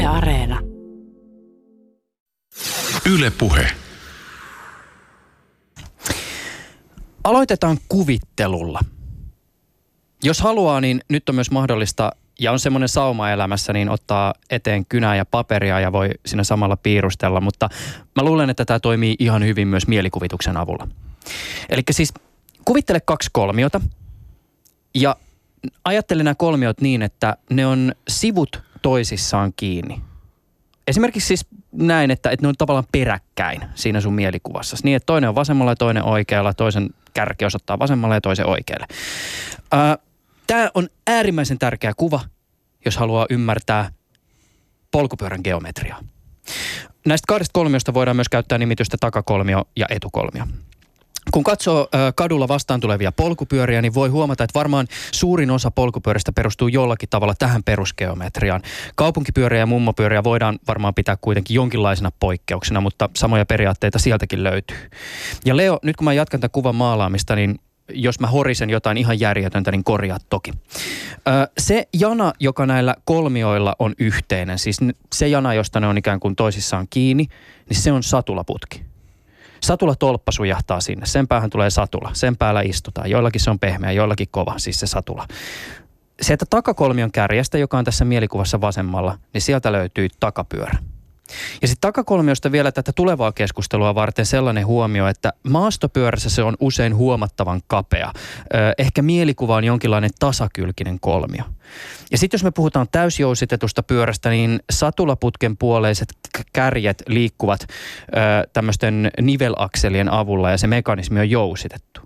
Yle Areena. Yle Puhe. Aloitetaan kuvittelulla. Jos haluaa, niin nyt on myös mahdollista, ja on semmoinen sauma elämässä, niin ottaa eteen kynää ja paperia ja voi siinä samalla piirustella. Mutta mä luulen, että tämä toimii ihan hyvin myös mielikuvituksen avulla. Eli siis kuvittele 2 kolmiota ja ajattele nämä kolmiot niin, että ne on sivut toisissaan kiinni. Esimerkiksi siis näin, että ne on tavallaan peräkkäin siinä sun mielikuvassa. Niin, että toinen on vasemmalla ja toinen oikealla, toisen kärki osoittaa vasemmalle ja toisen oikealle. Tämä on äärimmäisen tärkeä kuva, jos haluaa ymmärtää polkupyörän geometriaa. Näistä 2 kolmiosta voidaan myös käyttää nimitystä takakolmio ja etukolmio. Kun katsoo kadulla vastaan tulevia polkupyöriä, niin voi huomata, että varmaan suurin osa polkupyöristä perustuu jollakin tavalla tähän perusgeometriaan. Kaupunkipyöriä ja mummopyöriä voidaan varmaan pitää kuitenkin jonkinlaisena poikkeuksena, mutta samoja periaatteita sieltäkin löytyy. Ja Leo, nyt kun mä jatkan tämän kuvan maalaamista, niin jos mä horisen jotain ihan järjetöntä, niin korjaa toki. Se jana, joka näillä kolmioilla on yhteinen, siis se jana, josta ne on ikään kuin toisissaan kiinni, niin se on satulaputki. Satulatolppa sujahtaa sinne. Sen päähän tulee satula. Sen päällä istutaan. Joillakin se on pehmeä, joillakin kova, siis se satula. Sieltä takakolmion kärjestä, joka on tässä mielikuvassa vasemmalla, niin sieltä löytyy takapyörä. Ja sitten takakolmiosta vielä tätä tulevaa keskustelua varten sellainen huomio, että maastopyörässä se on usein huomattavan kapea. Ehkä mielikuva on jonkinlainen tasakylkinen kolmio. Ja sitten jos me puhutaan täysjousitetusta pyörästä, niin satulaputken puoleiset kärjet liikkuvat tämmöisten nivelakselien avulla ja se mekanismi on jousitettu.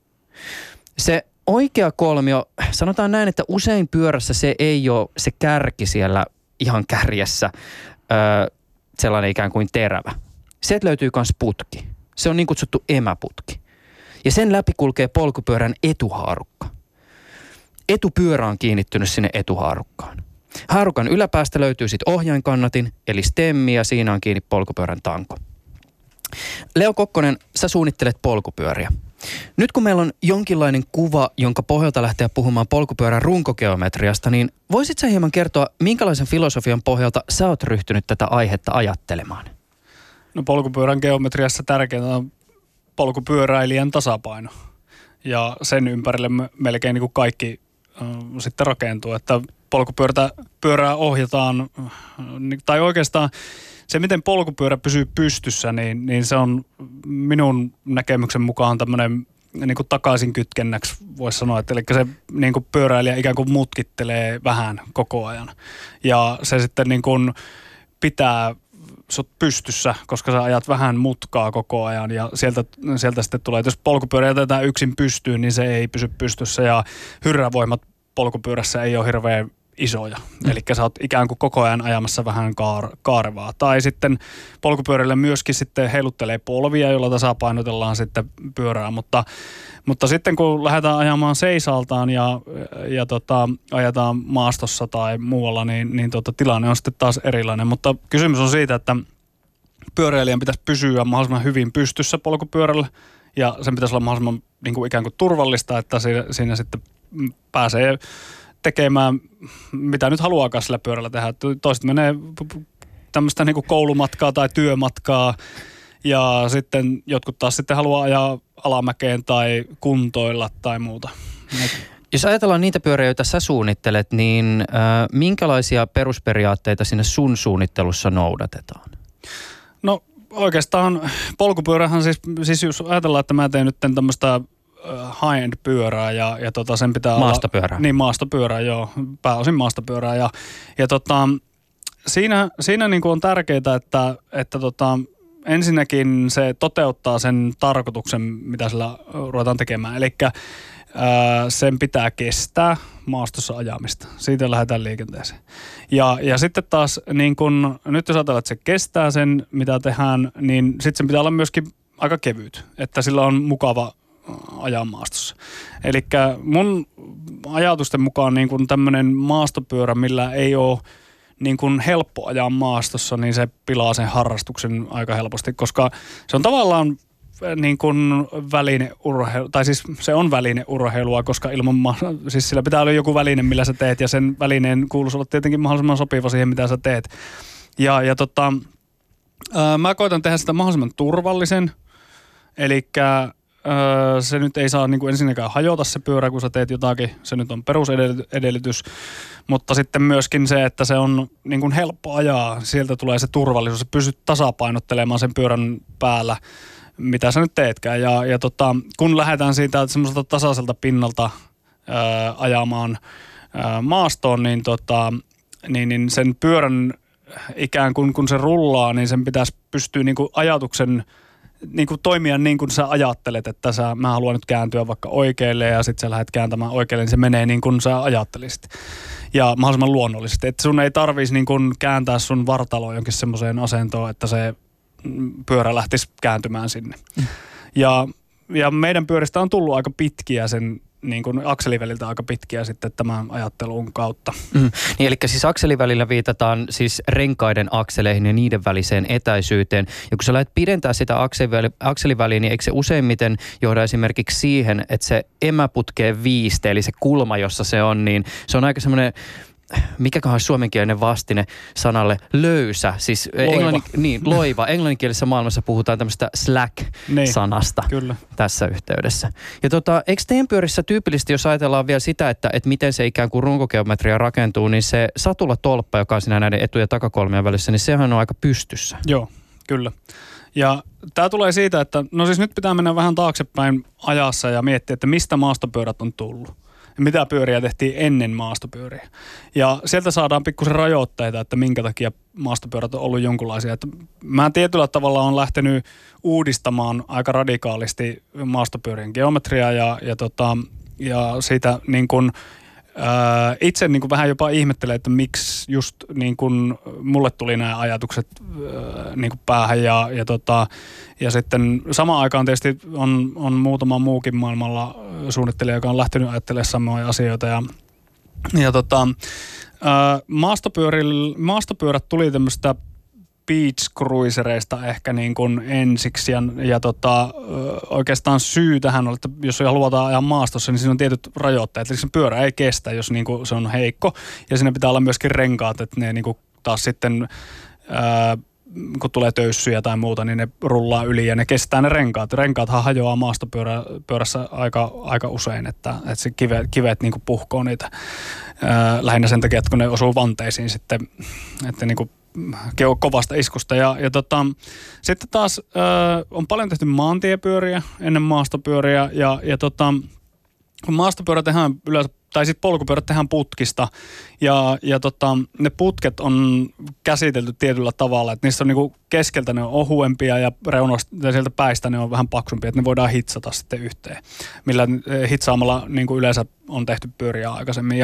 Se oikea kolmio, sanotaan näin, että usein pyörässä se ei ole se kärki siellä ihan kärjessä, sellainen ikään kuin terävä. Sieltä löytyy myös putki. Se on niin kutsuttu emäputki. Ja sen läpi kulkee polkupyörän etuhaarukka. Etupyörä on kiinnittynyt sinne etuhaarukkaan. Haarukan yläpäästä löytyy sitten ohjainkannatin, eli stemmi, ja siinä on kiinni polkupyörän tanko. Leo Kokkonen, sä suunnittelet polkupyöriä. Nyt kun meillä on jonkinlainen kuva, jonka pohjalta lähteä puhumaan polkupyörän runkogeometriasta, niin voisit sä hieman kertoa, minkälaisen filosofian pohjalta sä oot ryhtynyt tätä aihetta ajattelemaan? No polkupyörän geometriassa tärkeintä on polkupyöräilijän tasapaino. Ja sen ympärille melkein niin kuin kaikki sitten rakentuu, että polkupyörää ohjataan, tai oikeastaan se, miten polkupyörä pysyy pystyssä, niin se on minun näkemyksen mukaan tämmöinen niin kuin takaisin kytkennäksi, voisi sanoa. Että, eli se niin kuin pyöräilijä ikään kuin mutkittelee vähän koko ajan. Ja se sitten niin kuin pitää sut pystyssä, koska sä ajat vähän mutkaa koko ajan. Ja sieltä sitten tulee, että jos polkupyörä jätetään yksin pystyyn, niin se ei pysy pystyssä. Ja hyrrävoimat polkupyörässä ei ole hirveän isoja. Eli sä oot ikään kuin koko ajan ajamassa vähän kaarevaa. Tai sitten polkupyörille myöskin sitten heiluttelee polvia, jolla tasapainotellaan sitten pyörää. Mutta sitten kun lähdetään ajamaan seisaltaan ja ajetaan maastossa tai muualla, niin tilanne on sitten taas erilainen. Mutta kysymys on siitä, että pyöräilijän pitäisi pysyä mahdollisimman hyvin pystyssä polkupyörällä ja sen pitäisi olla mahdollisimman niin kuin ikään kuin turvallista, että siinä sitten pääsee tekemään, mitä nyt haluaakaan sillä pyörällä tehdä. Toiset menee tämmöistä niin kuin koulumatkaa tai työmatkaa ja sitten jotkut taas sitten haluaa ajaa alamäkeen tai kuntoilla tai muuta. Jos ajatellaan niitä pyöriä, joita sä suunnittelet, niin minkälaisia perusperiaatteita sinne sun suunnittelussa noudatetaan? No oikeastaan polkupyörähän siis jos ajatellaan, että mä teen nyt tämmöistä high-end-pyörää ja sen pitää maastopyörää. Niin, maastopyörää, joo. Pääosin maastopyörää. Ja siinä niin kuin on tärkeää, että ensinnäkin se toteuttaa sen tarkoituksen, mitä sillä ruvetaan tekemään. Eli sen pitää kestää maastossa ajamista. Siitä lähdetään liikenteeseen. Ja sitten taas, niin kun, nyt jos ajatellaan, että se kestää sen, mitä tehdään, niin sitten sen pitää olla myöskin aika kevyt, että sillä on mukava ajaa maastossa. Eli mun ajatusten mukaan niin kun tämmöinen maastopyörä, millä ei ole niin kun helppo ajaa maastossa, niin se pilaa sen harrastuksen aika helposti, koska se on tavallaan niin kuin välineurheilu, tai siis se on välineurheilua, koska siis sillä pitää olla joku väline, millä sä teet, ja sen välineen kuuluisi olla tietenkin mahdollisimman sopiva siihen, mitä sä teet. Mä koitan tehdä sitä mahdollisimman turvallisen, eli se nyt ei saa niin kuin ensinnäkään hajota se pyörä, kun sä teet jotakin, se nyt on perusedellytys, mutta sitten myöskin se, että se on niin kuin helppo ajaa, sieltä tulee se turvallisuus, sä pystyt tasapainottelemaan sen pyörän päällä, mitä sä nyt teetkään. Kun lähdetään siitä semmoiselta tasaiselta pinnalta ajamaan maastoon, niin sen pyörän ikään kuin kun se rullaa, niin sen pitäisi pystyä niin kuin ajatuksen niin kuin toimia niin kuin sä ajattelet, että mä haluan nyt kääntyä vaikka oikealle ja sitten sä lähdet kääntämään oikealle, niin se menee niin kuin sä ajattelisit. Ja mahdollisimman luonnollisesti. Että sun ei tarvitsisi niin kuin kääntää sun vartaloa jonkin semmoiseen asentoon, että se pyörä lähtisi kääntymään sinne. Ja meidän pyöristä on tullut aika pitkiä sen niin kuin akseliväliltä aika pitkiä sitten tämän ajattelun kautta. Niin, eli siis akselivälillä viitataan siis renkaiden akseleihin ja niiden väliseen etäisyyteen. Ja kun sä lähdet pidentää sitä akseliväliä, niin eikö se useimmiten johda esimerkiksi siihen, että se emäputkeen viiste, eli se kulma, jossa se on, niin se on aika semmoinen, mikäköhän olisi suomenkielinen vastine sanalle löysä, siis loiva. Englanninkielisessä maailmassa puhutaan tämmöistä slack-sanasta tässä yhteydessä. Ja eikö teidän pyörissä tyypillisesti, jos ajatellaan vielä sitä, että miten se ikään kuin runkogeometria rakentuu, niin se satulatolppa, joka on siinä näiden etu- ja takakolmien välissä, niin sehän on aika pystyssä. Joo, kyllä. Ja tämä tulee siitä, että no siis nyt pitää mennä vähän taaksepäin ajassa ja miettiä, että mistä maastopyörät on tullut. Mitä pyöriä tehtiin ennen maastopyöriä. Ja sieltä saadaan pikkusen rajoitteita, että minkä takia maastopyörät on ollut jonkunlaisia. Että mä tietyllä tavalla on lähtenyt uudistamaan aika radikaalisti maastopyörien geometriaa ja siitä niin kuin itse niin kuin vähän jopa ihmettelen, että miksi just niin kuin mulle tuli nämä ajatukset niin kuin päähän ja sitten samaan aikaan tietysti on muutama muukin maailmalla suunnittelija, joka on lähtenyt ajattelemaan samoja asioita ja maastopyörät tuli tämmöistä beach cruisereista ehkä niin kuin ensiksi ja oikeastaan syy tähän on, että jos halutaan ajaa maastossa, niin siinä on tietyt rajoitteet. Eli se pyörä ei kestä, jos niin kuin se on heikko ja siinä pitää olla myöskin renkaat, että ne niin kuin taas sitten kun tulee töyssyjä tai muuta, niin ne rullaa yli ja ne kestää ne renkaat. Renkaathan hajoaa maastopyörässä aika usein, että se kivet niin kuin puhkoo niitä lähinnä sen takia, että kun ne osuu vanteisiin sitten, että niin kuin kovasta iskusta. Sitten taas on paljon tehty maantiepyöriä ennen maastopyöriä kun maastopyörä tehdään yleensä, tai sitten polkupyörät tehdään putkista ja ne putket on käsitelty tietyllä tavalla, että niissä on niinku keskeltä ne on ohuempia ja reunoista ja sieltä päistä ne on vähän paksumpia, että ne voidaan hitsata sitten yhteen, millä hitsaamalla niinku yleensä on tehty pyöriä aikaisemmin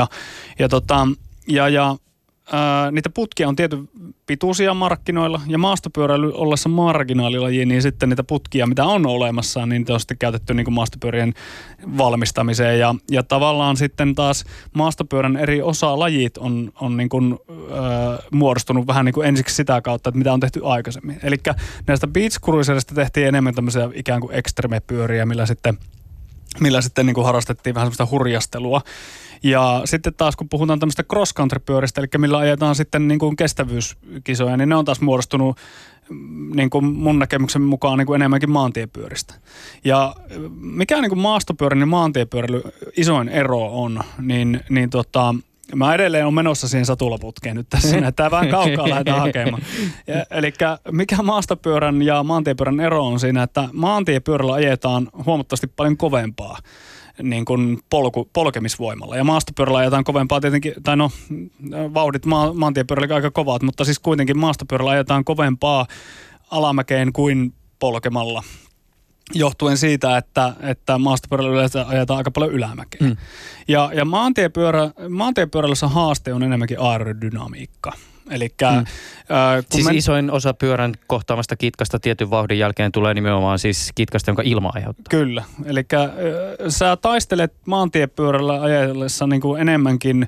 niitä putkia on tietyn pituisia markkinoilla ja maastopyöräily ollessa marginaalilaji, niin sitten niitä putkia, mitä on olemassa, niin niitä on sitten käytetty niin kuin maastopyörien valmistamiseen ja tavallaan sitten taas maastopyörän eri osalajit on niin kuin, muodostunut vähän niin kuin ensiksi sitä kautta, että mitä on tehty aikaisemmin. Eli näistä beach cruiserista tehtiin enemmän tämmöisiä ikään kuin extreme-pyöriä, millä sitten niin kuin harrastettiin vähän semmoista hurjastelua. Ja sitten taas kun puhutaan tämmöistä cross-country-pyöristä, eli millä ajetaan sitten niin kuin kestävyyskisoja, niin ne on taas muodostunut niin kuin mun näkemyksen mukaan niin kuin enemmänkin maantiepyöristä. Ja mikä niin kuin maastopyörän ja maantiepyöräily isoin ero on, niin mä edelleen on menossa siihen satulaputkeen nyt tässä, että vähän kaukaa lähdetään hakemaan. Eli mikä maastopyörän ja maantiepyörän ero on siinä, että maantiepyörällä ajetaan huomattavasti paljon kovempaa niin kuin polkemisvoimalla. Ja maastopyörällä ajetaan kovempaa tietenkin, tai no vauhdit maantiepyörällä aika kovat, mutta siis kuitenkin maastopyörällä ajetaan kovempaa alamäkeen kuin polkemalla. Johtuen siitä, että maastopyörällä yleensä ajetaan aika paljon ylämäkeen. Ja maantiepyöräilyssä haaste on enemmänkin aerodynamiikka. Elikkä, siis isoin osa pyörän kohtaamasta kitkasta tietyn vauhdin jälkeen tulee nimenomaan siis kitkasta, jonka ilma aiheuttaa. Kyllä. Elikkä sä taistelet maantiepyörällä ajellessa niin kuin enemmänkin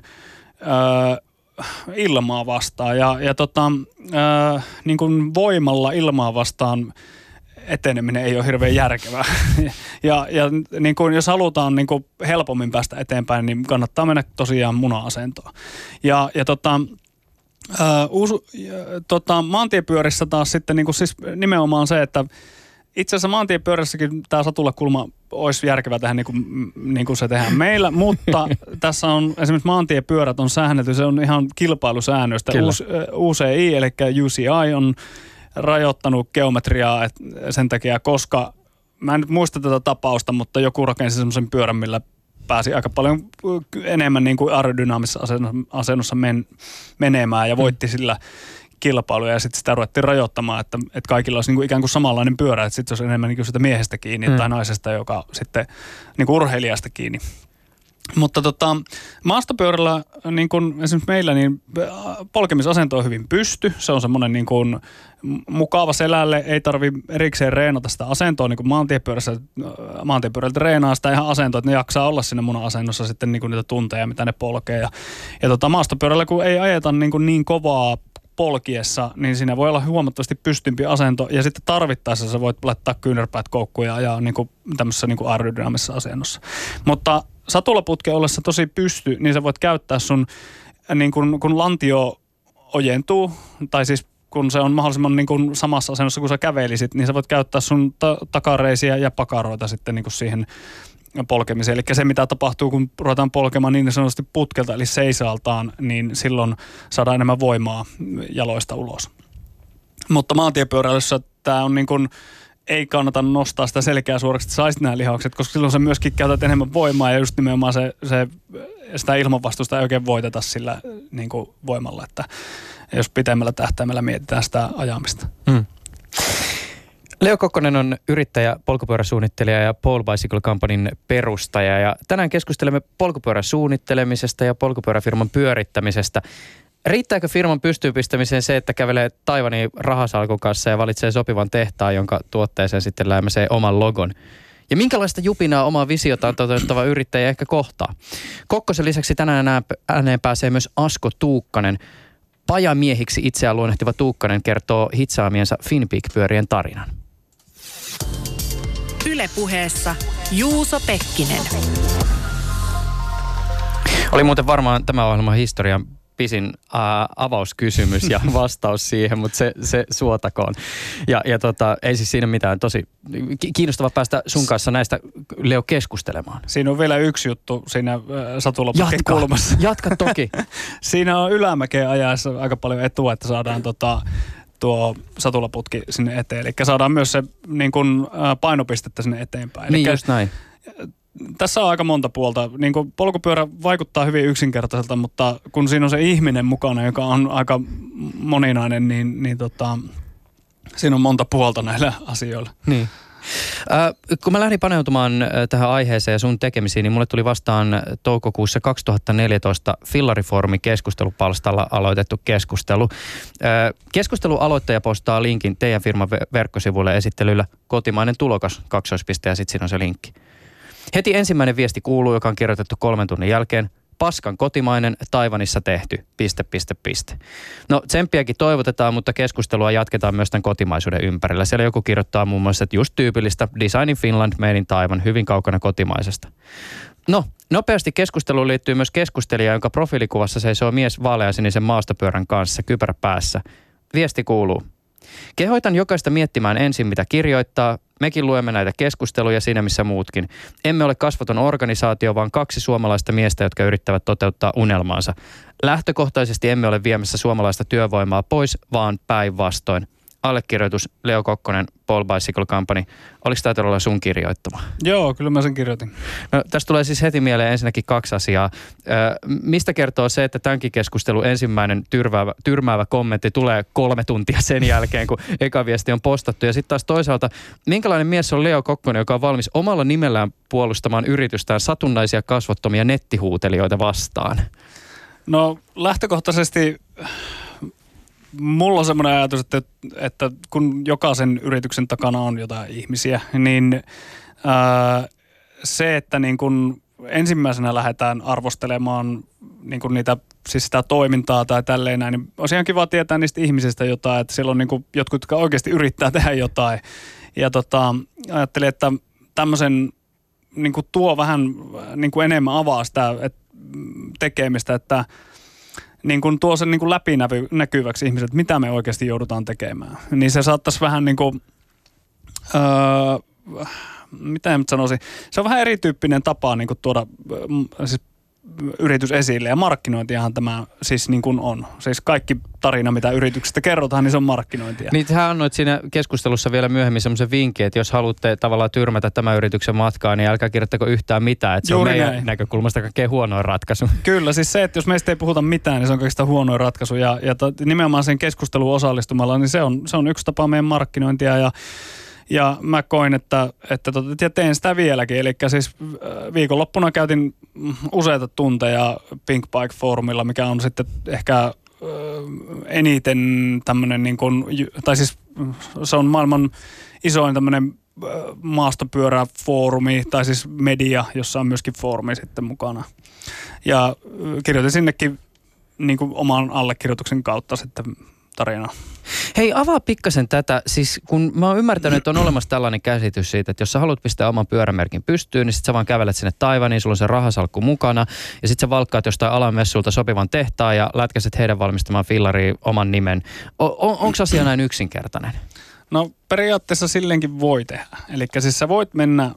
ilmaa vastaan ja niin kuin voimalla ilmaa vastaan eteneminen ei ole hirveän järkevää. ja niin kuin, jos halutaan niin kuin helpommin päästä eteenpäin, niin kannattaa mennä tosiaan muna-asentoon. Maantiepyörissä taas sitten niin kuin siis nimenomaan se, että itse asiassa maantiepyörässäkin tämä satulakulma olisi järkevää tehdä niin kuin se tehdään meillä, mutta tässä on esimerkiksi maantiepyörät on säännelty, se on ihan kilpailusäännöistä. UCI eli UCI on rajoittanut geometriaa sen takia, koska mä en nyt muista tätä tapausta, mutta joku rakensi semmoisen pyörän, millä pääsi aika paljon enemmän niin kuin aerodynamisessa asennossa menemään ja voitti sillä kilpailuja ja sitten sitä ruvettiin rajoittamaan, että kaikilla olisi niin kuin ikään kuin samanlainen pyörä, että sitten se olisi enemmän niin kuin sitä miehestä kiinni tai naisesta, joka sitten niin kuin urheilijasta kiinni. Mutta maastopyörällä, niin kuin esimerkiksi meillä, niin polkemisasento on hyvin pysty. Se on semmoinen niin kuin mukava selälle, ei tarvitse erikseen reenata sitä asentoa, niin kuin maantiepyörällä treenaa sitä ihan asentoa, että ne jaksaa olla siinä mun asennossa sitten niin kuin niitä tunteja, mitä ne polkee. Ja maastopyörällä, kun ei ajeta niin kovaa polkiessa, niin siinä voi olla huomattavasti pystympi asento ja sitten tarvittaessa sä voit laittaa kyynärpäät koukkuun ja ajaa niin kuin tämmöisessä niin kuin aerodynamisessa asennossa. Mutta satulaputken ollessa tosi pysty, niin sä voit käyttää sun, niin kun lantio ojentuu, tai siis kun se on mahdollisimman niin kuin samassa asennossa kuin sä kävelisit, niin sä voit käyttää sun takareisiä ja pakaroita sitten niin kuin siihen polkemiseen. Eli se, mitä tapahtuu, kun ruvetaan polkemaan niin sanotusti putkelta, eli seisaltaan, niin silloin saadaan enemmän voimaa jaloista ulos. Mutta maantiepyöräilyssä tämä on niin kuin, ei kannata nostaa sitä selkeää suoraksi, että saisit nämä lihakset, koska silloin sä myöskin käytät enemmän voimaa ja just nimenomaan sitä ilmanvastusta ei oikein voiteta sillä niin kuin voimalla, että jos pitemmällä tähtäimellä mietitään sitä ajamista. Leo Kokkonen on yrittäjä, polkupyöräsuunnittelija ja Pole Bicycle Companyn perustaja. Ja tänään keskustelemme polkupyörän suunnittelemisesta ja polkupyöräfirman pyörittämisestä. Riittääkö firman pystyyn pistämiseen se, että kävelee Taiwanin rahasalkun kanssa ja valitsee sopivan tehtaan, jonka tuotteeseen sitten läimäsee oman logon? Ja minkälaista jupinaa omaa visiotaan toteuttava yrittäjä ehkä kohtaa? Kokkosen lisäksi tänään ääneen pääsee myös Asko Tuukkanen. Pajamiehiksi itseään luonnehtiva Tuukkanen kertoo hitsaamiensa Finpeak-pyörien tarinan. Yle Puheessa Juuso Pekkinen. Oli muuten varmaan tämä ohjelma historian pisin avauskysymys ja vastaus siihen, mutta se suotakoon. Ja ei siis siinä mitään. Tosi kiinnostava päästä sun kanssa näistä, Leo, keskustelemaan. Siinä on vielä yksi juttu siinä satulaputken kulmassa. Jatka toki. Siinä on ylämäkeen ajaessa aika paljon etua, että saadaan tuo satulaputki sinne eteen. Eli saadaan myös se niin kuin, painopistettä sinne eteenpäin. Niin just näin. Tässä on aika monta puolta. Niin kuin polkupyörä vaikuttaa hyvin yksinkertaiselta, mutta kun siinä on se ihminen mukana, joka on aika moninainen, niin siinä on monta puolta näillä asioilla. Niin. Kun mä lähdin paneutumaan tähän aiheeseen ja sun tekemisiin, niin mulle tuli vastaan toukokuussa 2014 Fillariformin keskustelupalstalla aloitettu keskustelu. Keskustelualoittaja postaa linkin teidän firman verkkosivuille esittelyllä kotimainen tulokas, kaksoispiste ja sitten siinä on se linkki. Heti ensimmäinen viesti kuuluu, joka on kirjoitettu 3 tunnin jälkeen. Paskan kotimainen, Taiwanissa tehty, ... No tsemppiäkin toivotetaan, mutta keskustelua jatketaan myös tämän kotimaisuuden ympärillä. Siellä joku kirjoittaa muun muassa, että just tyypillistä Design in Finland, made in Taiwan, hyvin kaukana kotimaisesta. No, nopeasti keskusteluun liittyy myös keskustelija, jonka profiilikuvassa seisoo mies vaaleansinisen maastopyörän kanssa, kypärä päässä. Viesti kuuluu. Kehoitan jokaista miettimään ensin, mitä kirjoittaa. Mekin luemme näitä keskusteluja siinä, missä muutkin. Emme ole kasvoton organisaatio, vaan 2 suomalaista miestä, jotka yrittävät toteuttaa unelmaansa. Lähtökohtaisesti emme ole viemässä suomalaista työvoimaa pois, vaan päinvastoin. Allekirjoitus Leo Kokkonen, Pole Bicycle Company. Oliko tämä todella sun kirjoittama? Joo, kyllä mä sen kirjoitin. No, tästä tulee siis heti mieleen ensinnäkin 2 asiaa. Mistä kertoo se, että tämänkin keskustelun ensimmäinen tyrmäävä kommentti tulee 3 tuntia sen jälkeen, kun eka viesti on postattu. Ja sitten taas toisaalta, minkälainen mies on Leo Kokkonen, joka on valmis omalla nimellään puolustamaan yritystään satunnaisia kasvottomia nettihuutelijoita vastaan? No lähtökohtaisesti mulla on semmoinen ajatus, että kun jokaisen yrityksen takana on jotain ihmisiä, niin se, että niin kun ensimmäisenä lähdetään arvostelemaan niin kun niitä, siis sitä toimintaa tai tälleen näin, niin olisi ihan kiva tietää niistä ihmisistä jotain, että siellä on niin kun jotkut, jotka oikeasti yrittää tehdä jotain. Ja ajattelin, että tämmöisen niin kun tuo vähän niin kun enemmän avaa sitä tekemistä, että niin kuin tuo sen niin kuin läpinäkyväksi ihmiset, että mitä me oikeasti joudutaan tekemään. Niin se saattaisi vähän niin kuin, mitä en sanoisin, se on vähän erityyppinen tapa niin kuin tuoda siis yritys esille, ja markkinointiahan tämä siis niin kuin on. Siis kaikki tarina, mitä yrityksestä kerrotaan, niin se on markkinointia. Niin hän annoit siinä keskustelussa vielä myöhemmin semmoisen vinkin, että jos haluatte tavallaan tyrmätä tämän yrityksen matkaa, niin älkää kirjoittako yhtään mitään, että se Juuri on meidän näin. näkökulmasta kaikkein huonoin ratkaisu. Kyllä, siis se, että jos meistä ei puhuta mitään, niin se on kaikista huonoin ratkaisu, ja nimenomaan sen keskusteluun osallistumalla, niin se on yksi tapa meidän markkinointia, ja mä koin, että ja teen sitä vieläkin. Eli siis viikonloppuna käytin useita tunteja Pink Bike-foorumilla, mikä on sitten ehkä eniten tämmöinen, niin kuin, tai siis se on maailman isoin tämmöinen maastopyöräfoorumi, tai siis media, jossa on myöskin foorumi sitten mukana. Ja kirjoitin sinnekin niin kuin oman allekirjoituksen kautta sitten tarinaa. Hei, avaa pikkasen tätä. Siis kun mä oon ymmärtänyt, että on olemassa tällainen käsitys siitä, että jos sä haluat pistää oman pyörämerkin pystyyn, niin sit sä vaan kävelet sinne Taiwaniin, sulla on se rahasalkku mukana, ja sit sä valkkaat jostain alamessulta sopivan tehtaan ja lätkäset heidän valmistamaan fillariin oman nimen. Onko asia näin yksinkertainen? No periaatteessa silleenkin voi tehdä. Eli siis sä voit mennä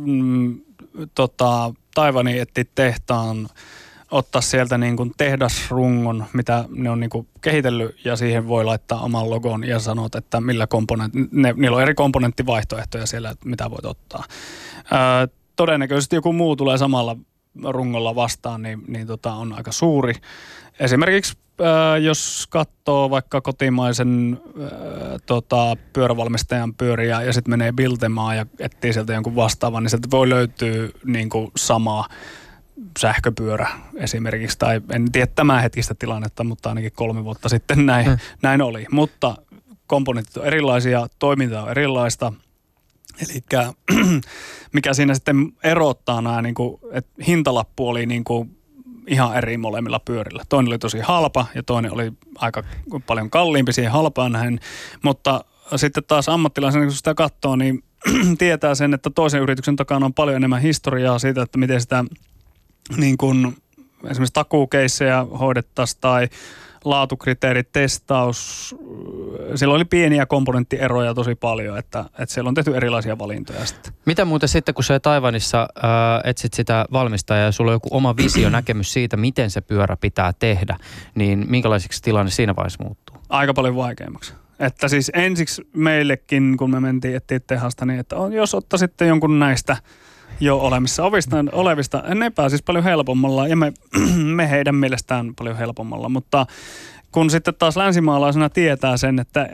Taiwaniin etsiä tehtaan, ottaa sieltä niin kuin tehdasrungon, mitä ne on niin kuin kehitellyt, ja siihen voi laittaa oman logon ja sanot, että millä niillä on eri komponenttivaihtoehtoja siellä, että mitä voit ottaa. Todennäköisesti joku muu tulee samalla rungolla vastaan, niin on aika suuri. Esimerkiksi jos katsoo vaikka kotimaisen pyörävalmistajan pyöriä ja sitten menee Biltemaan ja etsii sieltä jonkun vastaavan, niin sieltä voi löytyä niin kuin sama sähköpyörä esimerkiksi, tai en tiedä tämänhetkistä tilannetta, mutta ainakin 3 vuotta sitten näin oli. Mutta komponentit on erilaisia, toiminta on erilaista, eli mikä siinä sitten erottaa nämä, niin kuin, että hintalappu oli niin kuin ihan eri molemmilla pyörillä. Toinen oli tosi halpa ja toinen oli aika paljon kalliimpi siihen halpaan nähden, mutta sitten taas ammattilaisena, kun sitä katsoo, niin tietää sen, että toisen yrityksen takana on paljon enemmän historiaa siitä, että miten sitä niin kuin esimerkiksi takuukeissejä hoidettaisiin tai laatukriteerit, testaus. Siellä oli pieniä komponenttieroja tosi paljon, että siellä on tehty erilaisia valintoja sitten. Mitä muuten sitten, kun sä Taiwanissa etsit sitä valmistajaa ja sulla on joku oma visio, näkemys siitä, miten se pyörä pitää tehdä, niin minkälaiseksi tilanne siinä vaiheessa muuttuu? Aika paljon vaikeammaksi. Että siis ensiksi meillekin, kun me mentiin etsiä tehasta, niin että jos ottaisitte jonkun näistä jo olevista, ne pääsisi paljon helpommalla ja me heidän mielestään paljon helpommalla, mutta kun sitten taas länsimaalaisena tietää sen, että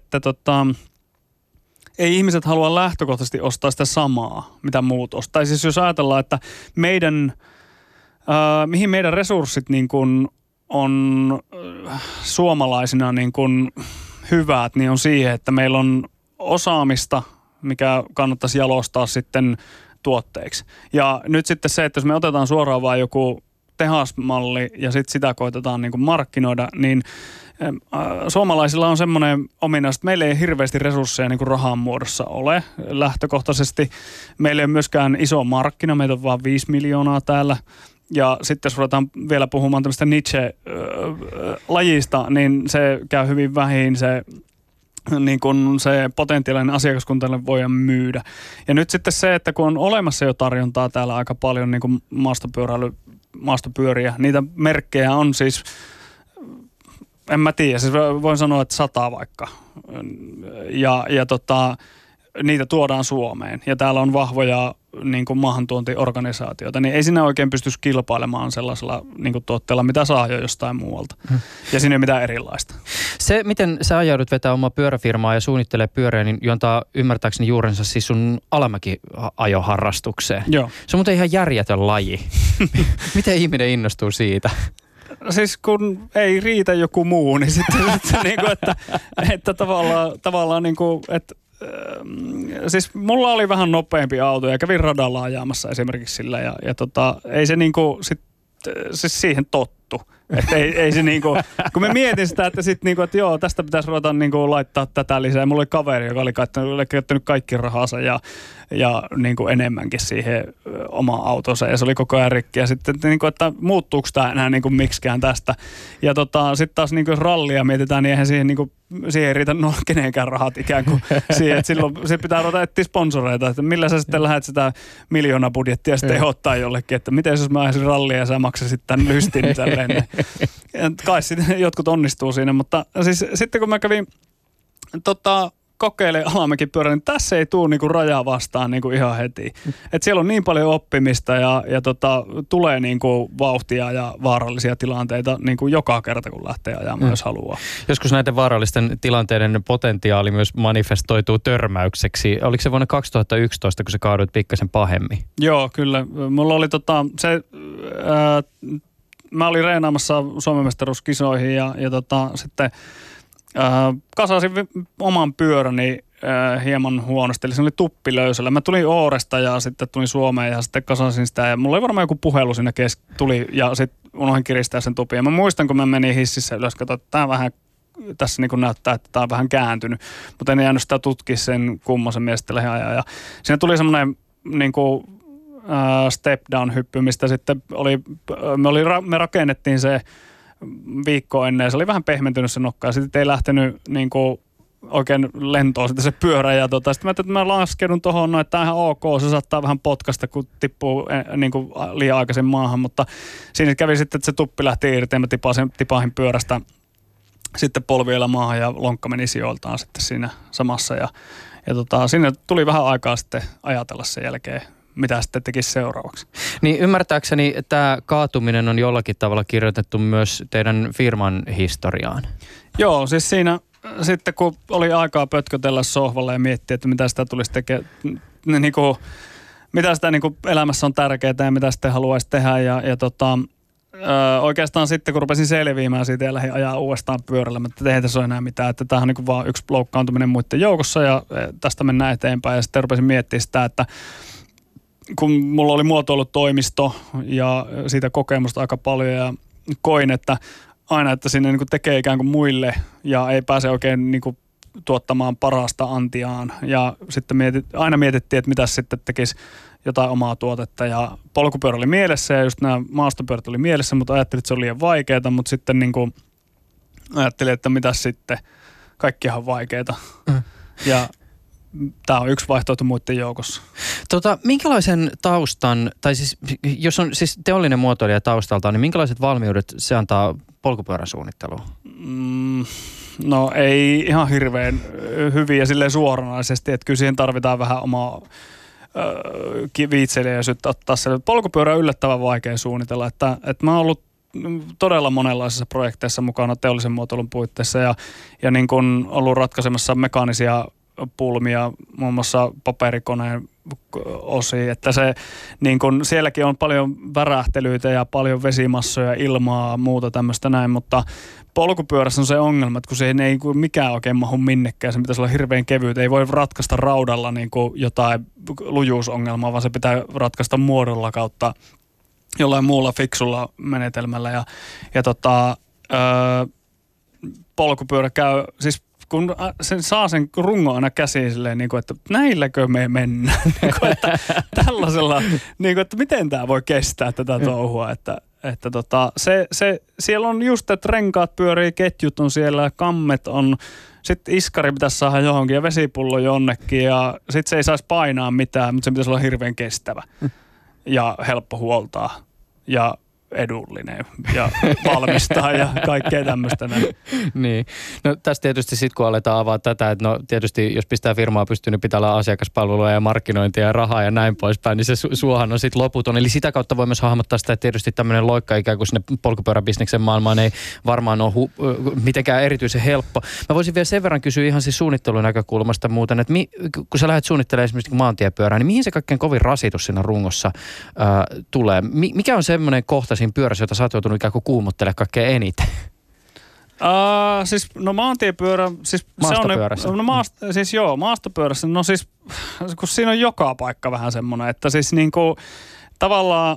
ei ihmiset halua lähtökohtaisesti ostaa sitä samaa, mitä muut ostaa. Tai siis jos ajatellaan, että mihin meidän resurssit niin kuin on suomalaisina niin kuin hyvät, niin on siihen, että meillä on osaamista, mikä kannattaisi jalostaa sitten tuotteiksi. Ja nyt sitten se, että jos me otetaan suoraan vain joku tehasmalli ja sitten sitä koitetaan niin kuin markkinoida, niin suomalaisilla on semmoinen ominaisuus, että meillä ei hirveästi resursseja niin kuin rahan muodossa ole lähtökohtaisesti. Meillä ei ole myöskään iso markkina, meitä on vaan 5 miljoonaa täällä. Ja sitten jos ruvetaan vielä puhumaan tämmöistä niche-lajista, niin se käy hyvin vähin niin kun se potentiaalinen asiakaskuntalle voidaan myydä. Ja nyt sitten se, että kun on olemassa jo tarjontaa täällä aika paljon niin kuin maastopyöriä, niitä merkkejä on siis, en mä tiedä, siis voin sanoa, että 100 vaikka. Ja niitä tuodaan Suomeen ja täällä on vahvoja niin kuin maahantuontiorganisaatioita, niin ei siinä oikein pystyisi kilpailemaan sellaisella niin kuin tuotteella, mitä saa jo jostain muualta. Ja siinä ei ole mitään erilaista. Se, miten sä ajaudut vetää omaa pyöräfirmaa ja suunnittelee pyöriä, niin juontaa ymmärtääkseni juurensa siis sun alamäki-ajoharrastukseen. Joo. Se on muuten ihan järjetön laji. Miten ihminen innostuu siitä? Siis kun ei riitä joku muu, niin sitten niin kuin, että tavallaan niin kuin, että siis mulla oli vähän nopeampi auto ja kävin radalla ajamassa esimerkiksi sillä ja ei se niinku sit siis siihen tottu. juttu. Että ei se niinku, kun me mietin sitä, että sit niinku, että joo, tästä pitäisi ruveta niinku laittaa tätä lisää. Mulla oli kaveri, joka oli käyttänyt kaikki rahansa ja niinku enemmänkin siihen omaan autonsa ja se oli koko ajan rikki. Ja sitten, niinku, että muuttuuko tämä enää niinku miksikään tästä. Ja sitten taas niinku, jos rallia mietitään, niin eihän siihen ei riitä kenenkään rahat ikään kuin siihen. Että silloin se pitää ruveta etsiä sponsoreita, että millä sä sitten lähdet sitä miljoonabudjettia sitten ehdottaa jollekin, että miten jos mä ajasin rallia ja sä maksasit tämän lystin tälleen. Kai sitten jotkut onnistuu siinä, mutta siis sitten kun mä kävin kokeilemaan Alamäki-pyörää, niin tässä ei tule niinku rajaa vastaan niinku ihan heti. Et siellä on niin paljon oppimista ja tulee niinku vauhtia ja vaarallisia tilanteita niinku joka kerta, kun lähtee ajamaan, jos haluaa. Joskus näiden vaarallisten tilanteiden potentiaali myös manifestoituu törmäykseksi. Oliko se vuonna 2011, kun sä kaaduit pikkasen pahemmin? Joo, kyllä. Mulla oli mä olin reenaamassa Suomen mestaruuskisoihin ja sitten kasasin oman pyöräni hieman huonosti, eli se oli tuppilöysällä. Mä tulin Ooresta ja sitten tulin Suomeen ja sitten kasasin sitä ja mulla oli varmaan joku puhelu siinä tuli ja sitten unohdin kiristää sen tupin. Ja mä muistan, kun mä menin hississä ylös, katsoin, että tää vähän tässä niin kuin näyttää, että tää on vähän kääntynyt, mutta en jäänyt sitä tutkia sen kummosen mielestä lähiajan. Ja siinä tuli semmoinen niin kuin step down hyppy, mistä sitten me rakennettiin se viikko ennen, se oli vähän pehmentynyt se nokka ja sitten ei lähtenyt niin kuin oikein lentoon sitten se pyörä ja sitten mä ajattelin, että mä laskeudun tuohon, no että tämä on ihan ok, se saattaa vähän potkasta, kun tippuu niin kuin liian aikaisin maahan, mutta siinä kävi sitten, että se tuppi lähti irti ja mä tipahin pyörästä sitten polviella maahan ja lonkka meni sijoiltaan sitten siinä samassa ja sinne tuli vähän aikaa sitten ajatella sen jälkeen, mitä sitten tekisi seuraavaksi. Niin ymmärtääkseni tämä kaatuminen on jollakin tavalla kirjoitettu myös teidän firman historiaan. Joo, siis siinä sitten kun oli aikaa pötkötellä sohvalla ja miettiä, että mitä sitä tulisi tekemään, mitä sitä elämässä on tärkeää ja mitä sitten haluaisi tehdä oikeastaan sitten kun rupesin selviämään siitä ja lähdin ajaa uudestaan pyörällä, että ei tässä ole enää mitään, että tämähän on vaan yksi loukkaantuminen muiden joukossa ja tästä mennään eteenpäin ja sitten rupesin miettimään sitä, että kun mulla oli muotoilutoimisto ja siitä kokemusta aika paljon ja koin, että aina, että sinne niin kuin tekee ikään kuin muille ja ei pääse oikein niin kuin tuottamaan parasta antiaan. Ja sitten aina mietittiin, että mitä sitten tekisi jotain omaa tuotetta ja polkupyörä oli mielessä ja just nämä maastopyörät oli mielessä, mutta ajattelin, että se oli liian vaikeaa, mutta sitten niin kuin ajattelin, että mitä sitten, kaikkihan on vaikeaa. Ja tämä on yksi vaihtoehto muiden joukossa. Minkälaisen taustan, tai siis jos on siis teollinen muotoilija taustalta, niin minkälaiset valmiudet se antaa polkupyörän suunnitteluun? No ei ihan hirveän hyviä silleen suoranaisesti, että kyllä siihen tarvitaan vähän omaa viitseliäisyyttä ottaa se. Polkupyörä on yllättävän vaikea suunnitella, että mä oon ollut todella monenlaisissa projekteissa mukana teollisen muotoilun puitteissa ja niin kuin ollut ratkaisemassa mekaanisia pulmia, muun muassa paperikoneen osia, että se niin kun, sielläkin on paljon värähtelyitä ja paljon vesimassoja, ilmaa, muuta tämmöistä näin, mutta polkupyörässä on se ongelma, että kun se ei mikään oikein mahu minnekään, se pitäisi olla hirveän kevyt, ei voi ratkaista raudalla niin kuin jotain lujuusongelmaa, vaan se pitää ratkaista muodolla kautta jollain muulla fiksulla menetelmällä polkupyörä käy, siis kun sen saa sen rungon aina käsiin silleen, niin kuin, että näilläkö me mennään, että tällaisella, niin kuin, että miten tämä voi kestää tätä touhua, että siellä on just, että renkaat pyörii, ketjut on siellä, kammet on, sitten iskari pitäisi saada johonkin ja vesipullo jonnekin ja sitten se ei saisi painaa mitään, mutta se pitäisi olla hirveän kestävä ja helppo huoltaa ja edullinen ja valmistaa ja kaikkea tämmöistä. Niin. No tässä tietysti sitten kun aletaan avaa tätä, että no tietysti jos pistää firmaa pystyyn, niin pitää olla asiakaspalvelua ja markkinointia ja rahaa ja näin poispäin, niin se suohan on sitten loputon. Eli sitä kautta voi myös hahmottaa sitä, että tietysti tämmöinen loikka ikään kuin sinne polkupyöräbisneksen maailmaan ei varmaan ole mitenkään erityisen helppo. Mä voisin vielä sen verran kysyä ihan siis suunnittelun näkökulmasta muuten, että kun sä lähdet suunnittelemaan esimerkiksi maantiepyörää, niin mihin se kaikkein kovin rasitus siinä rungossa tulee? Mikä on semmoinen kohta siinä pyörässä, jota sä oot joutunut ikään kuin kuumottelemaan kaikkein eniten? Siis no maantiepyörä, siis maastopyörässä. Se on, maastopyörässä, kun siinä on joka paikka vähän semmoinen, että siis niinku tavallaan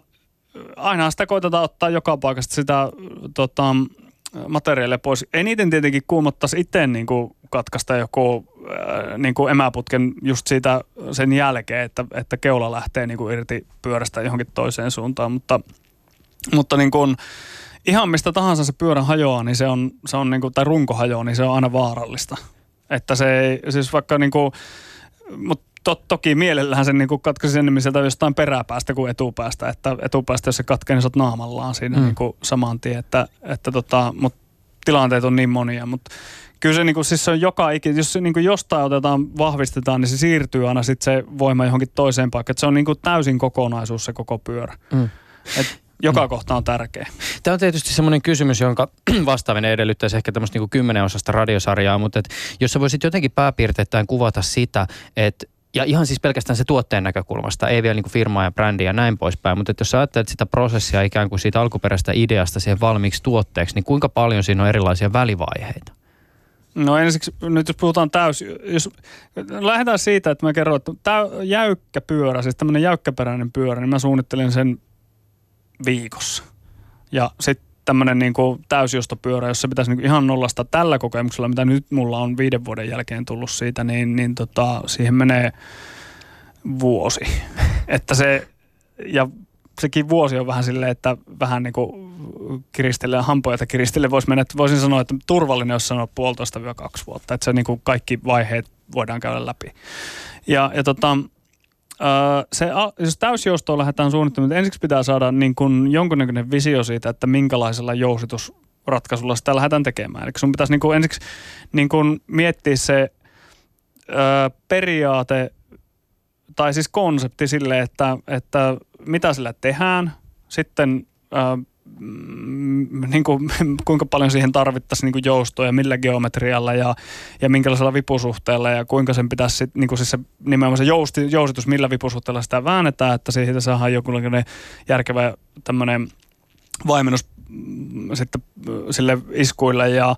aina sitä koitetaan ottaa joka paikasta sitä materiaalia pois. Eniten tietenkin kuumottaisi itse niin kuin katkaista joku niin kuin emäputken just siitä sen jälkeen, että keula lähtee niin kuin irti pyörästä johonkin toiseen suuntaan, mutta niin kuin ihan mistä tahansa se pyörä hajoaa, niin se on niin kuin, tai runko hajoaa, niin se on aina vaarallista. Että se ei, siis vaikka niin kuin, mutta toki mielellähän sen niin katkaisi enemmän sieltä jostain peräpäästä kuin etupäästä, että etupäästä jos se katkee, niin sä oot naamallaan siinä niin kuin saman tien, mutta tilanteet on niin monia, mutta kyllä se, niin kuin, siis se on jos se niin kuin jostain vahvistetaan, niin se siirtyy aina sitten se voima johonkin toiseen paikkaan, että se on niin kuin täysin kokonaisuus se koko pyörä. Et joka kohta on tärkeä. Tämä on tietysti semmoinen kysymys, jonka vastaaminen edellyttäisi ehkä tämmöistä niin kuin 10-osasta radiosarjaa, mutta jos sä voisit jotenkin pääpiirteittäin kuvata sitä, että ja ihan siis pelkästään se tuotteen näkökulmasta, ei vielä niin kuin firmaa ja brändiä ja näin poispäin, mutta jos sä ajattelet sitä prosessia ikään kuin siitä alkuperäisestä ideasta siihen valmiiksi tuotteeksi, niin kuinka paljon siinä on erilaisia välivaiheita? No ensiksi, nyt jos puhutaan jos lähdetään siitä, että mä kerron, että tämä jäykkä pyörä, siis tämmöinen jäykkäperäinen pyörä, niin mä suunnittelin sen viikossa. Ja sitten tämmöinen niin kuin täysjostopyörä, jos se pitäisi niin ihan nollasta tällä kokemuksella, mitä nyt mulla on 5 vuoden jälkeen tullut siitä, niin siihen menee vuosi. Että se, ja sekin vuosi on vähän silleen, että vähän niin kuin kiristellen, hampoja kiristellen voisin sanoa, että turvallinen, jos sanoo 1,5–2 vuotta. Että se niin kuin kaikki vaiheet voidaan käydä läpi. Jos täysjoustoa lähdetään suunnittelemaan, niin ensiksi pitää saada niin kuin jonkunnäköinen visio siitä, että minkälaisella jousitusratkaisulla sitä lähdetään tekemään. Eli sun pitäisi niin kuin ensiksi niin kuin miettiä se periaate tai siis konsepti sille, että mitä sillä tehdään, sitten niin kuin, kuinka paljon siihen tarvittaisiin niin kuin joustoa ja millä geometrialla ja minkälaisella vipusuhteella ja kuinka sen pitäisi sitten, niin kuin siis se nimenomaan se jousitus, millä vipusuhteella sitä väännetään, että siitä saadaan jokinlainen järkevä tämmöinen vaimennus sitten sille iskuille ja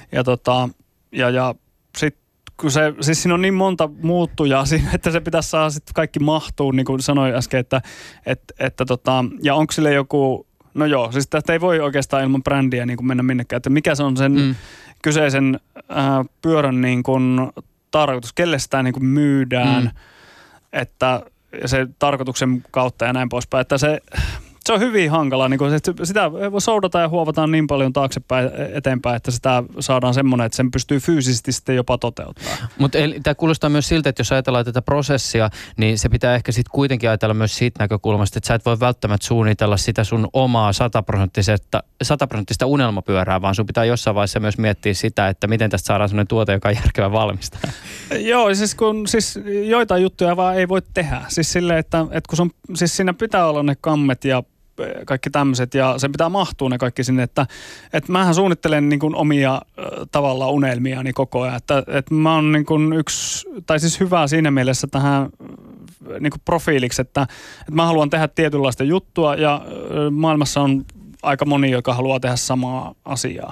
sitten kun siis siinä on niin monta muuttujaa siinä, että se pitäisi saada sitten kaikki mahtuu, niin kuin sanoin äsken, ja onko sille joku. No joo, siis tästä ei voi oikeastaan ilman brändiä niin kuin mennä minnekään, että mikä se on sen kyseisen pyörän niin kuin tarkoitus, kelle sitä niin kuin myydään, että se tarkoituksen kautta ja näin poispäin, että se on hyvin hankalaa, niin kuin sitä soudataan ja huovataan niin paljon taaksepäin eteenpäin, että sitä saadaan semmoinen, että sen pystyy fyysisesti sitten jopa toteuttamaan. Mutta tämä kuulostaa myös siltä, että jos ajatellaan tätä prosessia, niin se pitää ehkä sitten kuitenkin ajatella myös siitä näkökulmasta, että sä et voi välttämättä suunnitella sitä sun omaa 100% unelmapyörää, vaan sun pitää jossain vaiheessa myös miettiä sitä, että miten tästä saadaan sellainen tuote, joka on järkevä valmistaa. Joo, siis joitain juttuja vaan ei voi tehdä. Siis silleen, että kun siis siinä pitää olla ne kammet ja kaikki tämmöiset ja sen pitää mahtua ne kaikki sinne, että mähän suunnittelen niin kuin omia tavallaan unelmiani koko ajan, että mä oon niin kuin siis hyvä siinä mielessä tähän niin kuin profiiliksi, että mä haluan tehdä tietynlaista juttua ja maailmassa on aika moni, joka haluaa tehdä samaa asiaa.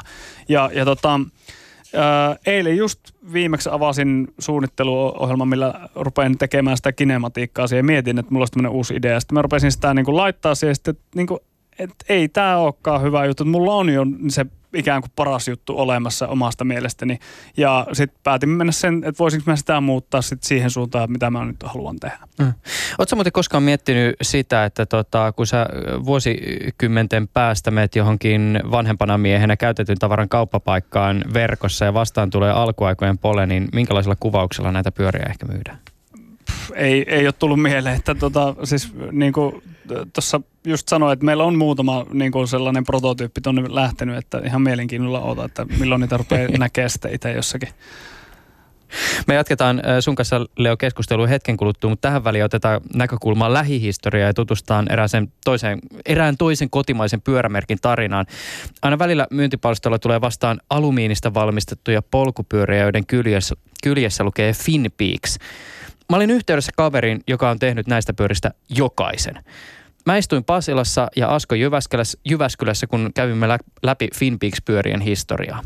Eilen just viimeksi avasin suunnitteluohjelman, millä rupean tekemään sitä kinematiikkaa siihen ja mietin, että mulla olisi tämmöinen uusi idea. Sitten mä rupesin sitä niin kuin laittaa siihen, että ei tämä olekaan hyvä juttu. Että mulla on jo se ikään kuin paras juttu olemassa omasta mielestäni. Ja sitten päätin mennä sen, että voisinko mä sitä muuttaa sitten siihen suuntaan, mitä mä nyt haluan tehdä. Ootko muuten koskaan miettinyt sitä, että kun sä vuosikymmenten päästä meet johonkin vanhempana miehenä käytetyn tavaran kauppapaikkaan verkossa ja vastaan tulee alkuaikojen pole, niin minkälaisella kuvauksella näitä pyöriä ehkä myydään? Ei ole tullut mieleen, että siis niin kuin tuossa just sanoin, että meillä on muutama niin kuin sellainen prototyyppi tuonne lähtenyt, että ihan mielenkiinnolla odotan, että milloin niitä rupeaa näkemään sitten itse jossakin. Me jatketaan sun kanssa, Leo, keskustelua hetken kuluttua, mutta tähän väliin otetaan näkökulmaa lähihistoriaa ja tutustutaan erään toisen kotimaisen pyörämerkin tarinaan. Aina välillä myyntipalstoilla tulee vastaan alumiinista valmistettuja polkupyöriä, joiden kyljessä lukee FinPeaks. Mä olin yhteydessä kaveriin, joka on tehnyt näistä pyöristä jokaisen. Mä istuin Pasilassa ja Asko Jyväskylässä, kun kävimme läpi FinPeaks-pyörien historiaa.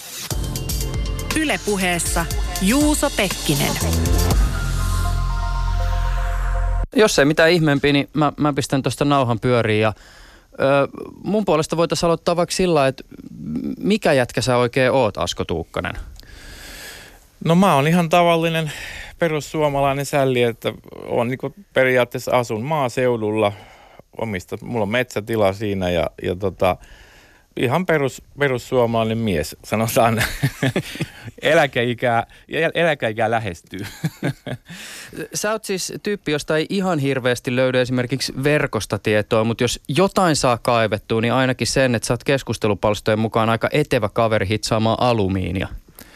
Yle Puheessa Juuso Pekkinen. Jos ei mitään ihmeempiä, niin mä pistän tuosta nauhan pyöriin ja mun puolesta voitaisiin aloittaa vaikka sillä, että mikä jätkä sä oikein oot, Asko Tuukkanen? No mä oon ihan tavallinen perussuomalainen sälli, että on niin periaatteessa asun maaseudulla, mulla on metsätila siinä ja ihan perussuomalainen mies, sanotaan. Eläkeikää lähestyy. Sä oot siis tyyppi, josta ei ihan hirveästi löydy esimerkiksi verkosta tietoa, mutta jos jotain saa kaivettua, niin ainakin sen, että sä oot keskustelupalstojen mukaan aika etevä kaveri hitsaamaan alumiinia.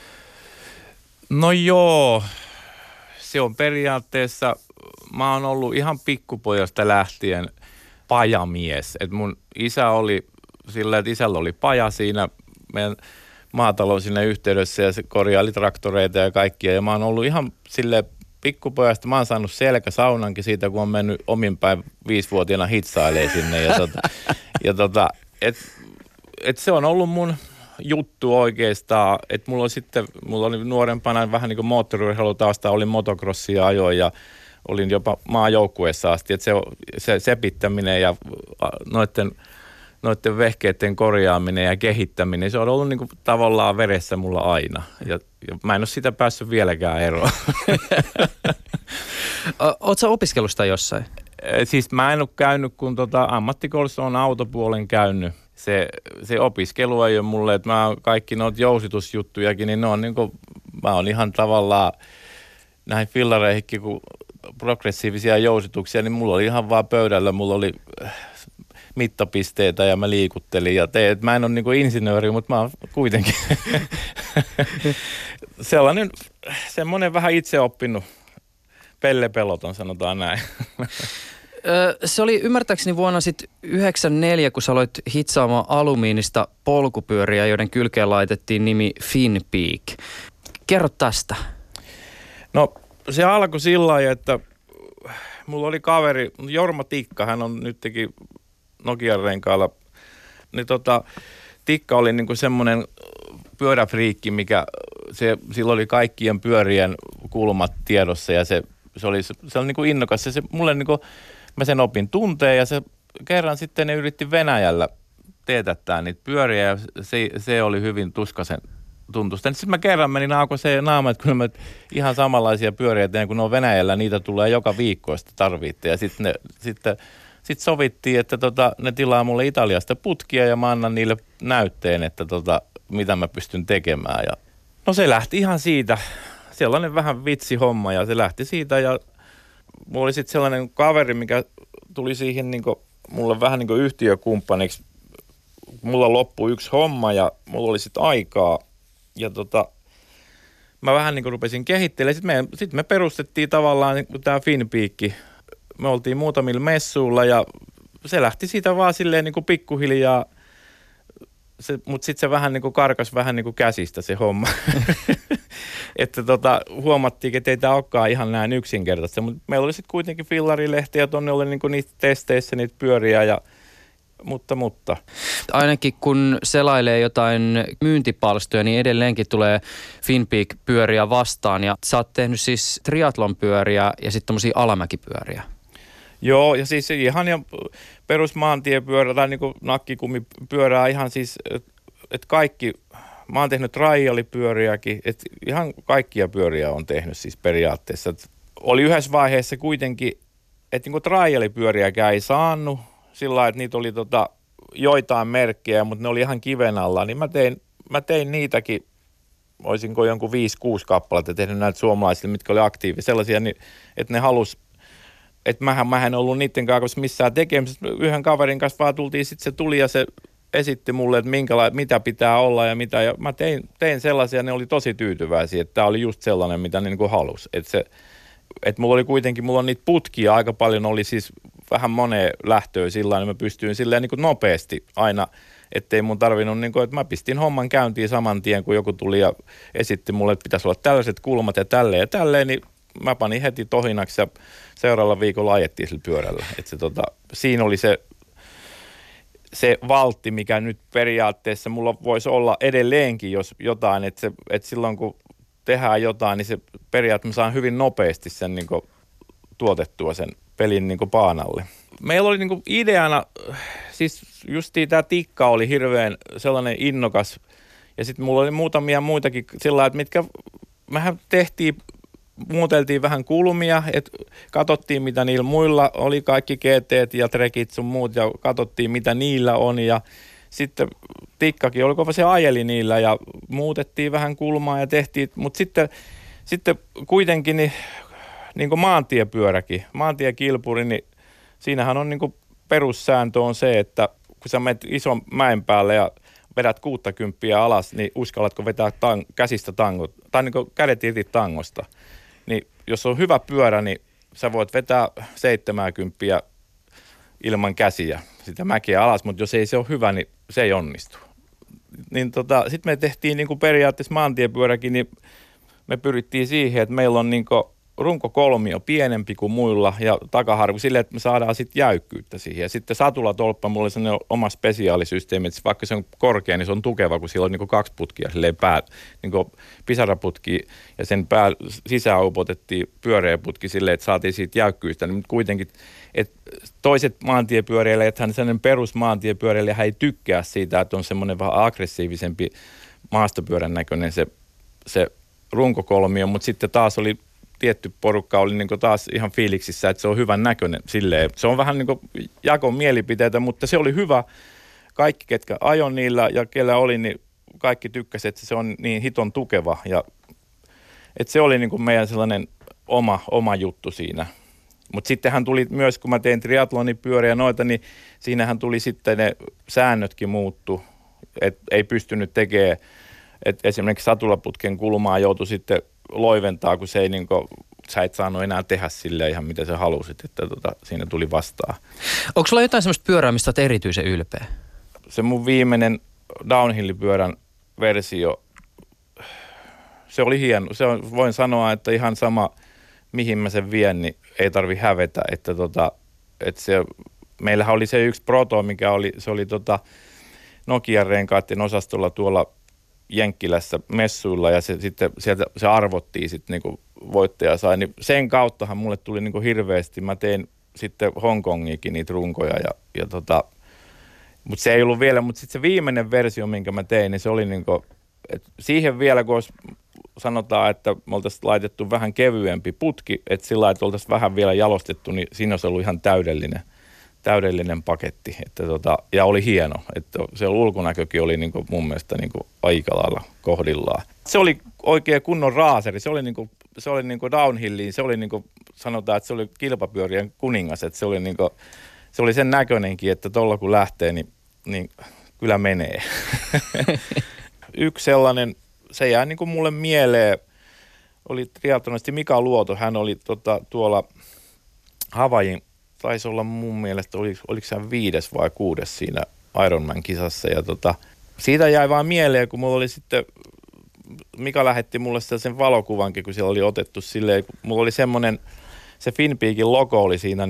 No joo, se on periaatteessa, mä oon ollut ihan pikkupojasta lähtien pajamies. Et mun isä oli sillä, että isällä oli paja siinä meidän maatalon siinä yhteydessä ja se korjaili traktoreita ja kaikkia. Ja mä oon ollut ihan silleen pikkupojasta, mä oon saanut selkäsaunankin siitä, kun on mennyt omin päin 5-vuotiaana hitsailee sinne. Et se on ollut mun juttu oikeastaan, että mulla oli nuorempana vähän niin kuin moottoriurheilutausta, olin motocrossia ajoin ja olin jopa maajoukkueessa asti, että se sepittäminen ja noiden vehkeiden korjaaminen ja kehittäminen, se on ollut niin kuin tavallaan veressä mulla aina ja mä en ole sitä päässyt vieläkään eroon. Ootko sä opiskellut sitä jossain? Siis mä en ole käynyt, kun ammattikoulussa on autopuolen käynyt. Se opiskelu ei ole mulle, että kaikki noita jousitusjuttujakin, niin ne on niin kuin, mä oon ihan tavallaan näihin fillareihinkin, kun progressiivisia jousituksia, niin mulla oli ihan vaan pöydällä, mulla oli mittapisteitä ja mä liikuttelin ja mä en ole niin kuin insinööri, mutta mä oon kuitenkin semmoinen vähän itse oppinut pellepeloton, sanotaan näin. Se oli ymmärtääkseni vuonna 1994, kun sä aloit hitsaamaan alumiinista polkupyöriä, joiden kylkeen laitettiin nimi FinPeak. Kerro tästä. No se alkoi sillä lailla, että mulla oli kaveri, Jorma Tikka, hän on nytkin Nokian renkaalla. Niin Tikka oli niinku semmoinen pyöräfriikki, sillä oli kaikkien pyörien kulmat tiedossa ja se oli niinku innokas. Mulle niinku, mä sen opin tunteen ja se kerran sitten ne yritti Venäjällä teetättää niitä pyöriä ja se oli hyvin tuskaisen tuntusta. Sitten mä kerran menin auko se naama, että kyllä mä ihan samanlaisia pyöriä teen, kun ne on Venäjällä, niitä tulee joka viikko, sitä tarvitte. Ja sitten sovittiin, että ne tilaa mulle Italiasta putkia ja mä annan niille näytteen, että mitä mä pystyn tekemään. Ja no se lähti ihan siitä, sellainen vähän vitsihomma ja se lähti siitä ja mulla oli sitten sellainen kaveri, mikä tuli siihen mulle vähän niin kuin yhtiökumppaniksi. Mulla loppui yksi homma ja mulla oli sitten aikaa ja mä vähän niin kuin rupesin kehittelemään. Sitten me perustettiin tavallaan tämä FinPeak. Me oltiin muutamilla messuilla ja se lähti siitä vaan silleen niin kuin pikkuhiljaa, mutta sitten se vähän niin kuin karkas vähän niin kuin käsistä se homma. Että huomattiin, että ei tämä olekaan ihan näin yksinkertaista, mutta meillä oli sitten kuitenkin fillarilehti ja tuonne oli niin kuin niissä testeissä niitä pyöriä ja mutta. Ainakin kun selailee jotain myyntipalstoja, niin edelleenkin tulee FinPeak-pyöriä vastaan. Ja sä oot tehnyt siis triathlon-pyöriä ja sitten tommosia alamäkipyöriä. Joo, ja siis ihan jo perusmaantiepyörä tai niinku nakkikumipyörää ihan siis, että kaikki, mä oon tehnyt trialipyöriäkin, että ihan kaikkia pyöriä on tehnyt siis periaatteessa. Et oli yhdessä vaiheessa kuitenkin, että niinku trialipyöriäkään ei saanut, sillä lailla, että niitä oli joitain merkkejä, mutta ne oli ihan kiven alla, niin mä tein niitäkin, olisinko jonkun 5-6 kappaletta tehnyt näitä suomalaisille, mitkä oli aktiivisia, sellaisia, niin, että ne halus, että mähän en ollut niiden kanssa missään tekemisessä. Yhden kaverin kanssa vaan tultiin, sitten se tuli ja se esitti mulle, että mitä pitää olla ja mitä, ja mä tein sellaisia, ne oli tosi tyytyväisiä, että tämä oli just sellainen, mitä ne niin kuin halusi, että mulla on niitä putkia aika paljon, oli siis vähän moneen lähtöön sillä niin mä pystyin silleen niin kuin nopeasti aina, ettei mun tarvinnut, niin kuin, että mä pistin homman käyntiin saman tien, kun joku tuli ja esitti mulle, että pitäisi olla tällaiset kulmat ja tälleen, niin mä panin heti tohinaksi ja seuraavalla viikolla ajettiin sillä pyörällä. Että siinä oli se valtti, mikä nyt periaatteessa mulla voisi olla edelleenkin, jos jotain, että silloin kun tehdään jotain, niin se periaatteessa mä saan hyvin nopeasti sen niin kuin tuotettua sen pelin niin kuin paanalle. Meillä oli niin kuin ideana, siis justiin tämä tikka oli hirveän sellainen innokas. Ja sitten mulla oli muutamia muitakin sillä lailla, että mitkä mehän muuteltiin vähän kulmia, että katsottiin mitä niillä muilla oli, kaikki GT:t ja trekit sun muut, ja katsottiin mitä niillä on, ja sitten tikkakin, oliko se ajeli niillä, ja muutettiin vähän kulmaa ja tehtiin, mutta sitten kuitenkin niin kuin maantiepyöräkin, maantiekilpuri, niin siinähän on niin kuin perussääntö on se, että kun sä menet ison mäen päälle ja vedät 60 alas, niin uskallatko vetää käsistä tangot, tai niin kuin kädet irti tangosta. Niin jos on hyvä pyörä, niin sä voit vetää 70 ilman käsiä sitä mäkeä alas, mutta jos ei se ole hyvä, niin se ei onnistu. Niin sitten me tehtiin niin kuin periaatteessa maantiepyöräkin, niin me pyrittiin siihen, että meillä on niin kuin runkokolmio pienempi kuin muilla ja takaharvu silleen, että me saadaan sitten jäykkyyttä siihen. Ja sitten satulatolppa, mulla oli sellainen oma spesiaalisysteemi, että vaikka se on korkea, niin se on tukeva, kun sillä on niin 2 putkia, silleen niin pisaraputki ja sen sisään upotettiin pyöreä putki silleen, että saatiin siitä jäykkyyttä. Niin kuitenkin, että toiset maantiepyöräilijäthän sellainen perusmaantiepyöräilijä ei tykkää siitä, että on semmoinen vähän aggressiivisempi maastopyörän näköinen se runkokolmio, mutta sitten taas oli tietty porukka oli niin taas ihan fiiliksissä, että se on hyvän näköinen silleen. Se on vähän niin jakon mielipiteitä, mutta se oli hyvä. Kaikki, ketkä ajon niillä ja kellä oli, niin kaikki tykkäsivät, että se on niin hiton tukeva. Ja, että se oli niin meidän sellainen oma juttu siinä. Mutta sittenhän tuli myös, kun mä tein triathlonipyöriä ja noita, niin siinähän tuli sitten ne säännötkin muuttu. Että ei pystynyt tekemään, että esimerkiksi satulaputken kulmaa joutui sitten loiventaa, kun se ei sä et saanut enää tehdä silleen ihan mitä sä halusit, että siinä tuli vastaan. Onko sulla jotain semmoista pyörää, mistä olet erityisen ylpeä? Se mun viimeinen downhill-pyörän versio, se oli hieno. Voin sanoa, että ihan sama, mihin mä sen vien, niin ei tarvi hävetä. Että meillähän oli se yksi proto, mikä oli, se oli Nokian renkaiden osastolla tuolla Jenkkilässä messuilla ja se sitten sieltä se arvottiin sitten niinku voittaja sai, niin sen kauttahan mulle tuli niinku hirveästi. Mä tein sitten Hongkongiinkin niitä runkoja mutta se ei ollut vielä, mutta sitten se viimeinen versio, minkä mä tein, niin se oli niinku, että siihen vielä kun sanotaan, että me oltaisiin laitettu vähän kevyempi putki, että sillä lailla, että oltaisiin vähän vielä jalostettu, niin siinä olisi ollut ihan täydellinen paketti, että ja oli hieno, että se ulkonäkökin oli niinku mun mielestä niinku aika lailla kohdillaan. Se oli oikein kunnon raaseri, se oli niinku downhilliin, se oli niinku, sanotaan, että se oli kilpapyörien kuningas, että se oli sen näköinenkin, että tuolla kun lähtee, niin kyllä menee. Yksi sellainen, se jää niinku mulle mieleen, oli triathlonisti Mika Luoto, hän oli tuolla Havaijin, taisi olla mun mielestä, oliko se 5. vai 6. siinä Ironman-kisassa. Ja siitä jäi vaan mieleen, kun mulla oli sitten, Mika lähetti mulle sen valokuvankin, kun siellä oli otettu silleen, mulla oli semmoinen, se Finpeakin logo oli siinä,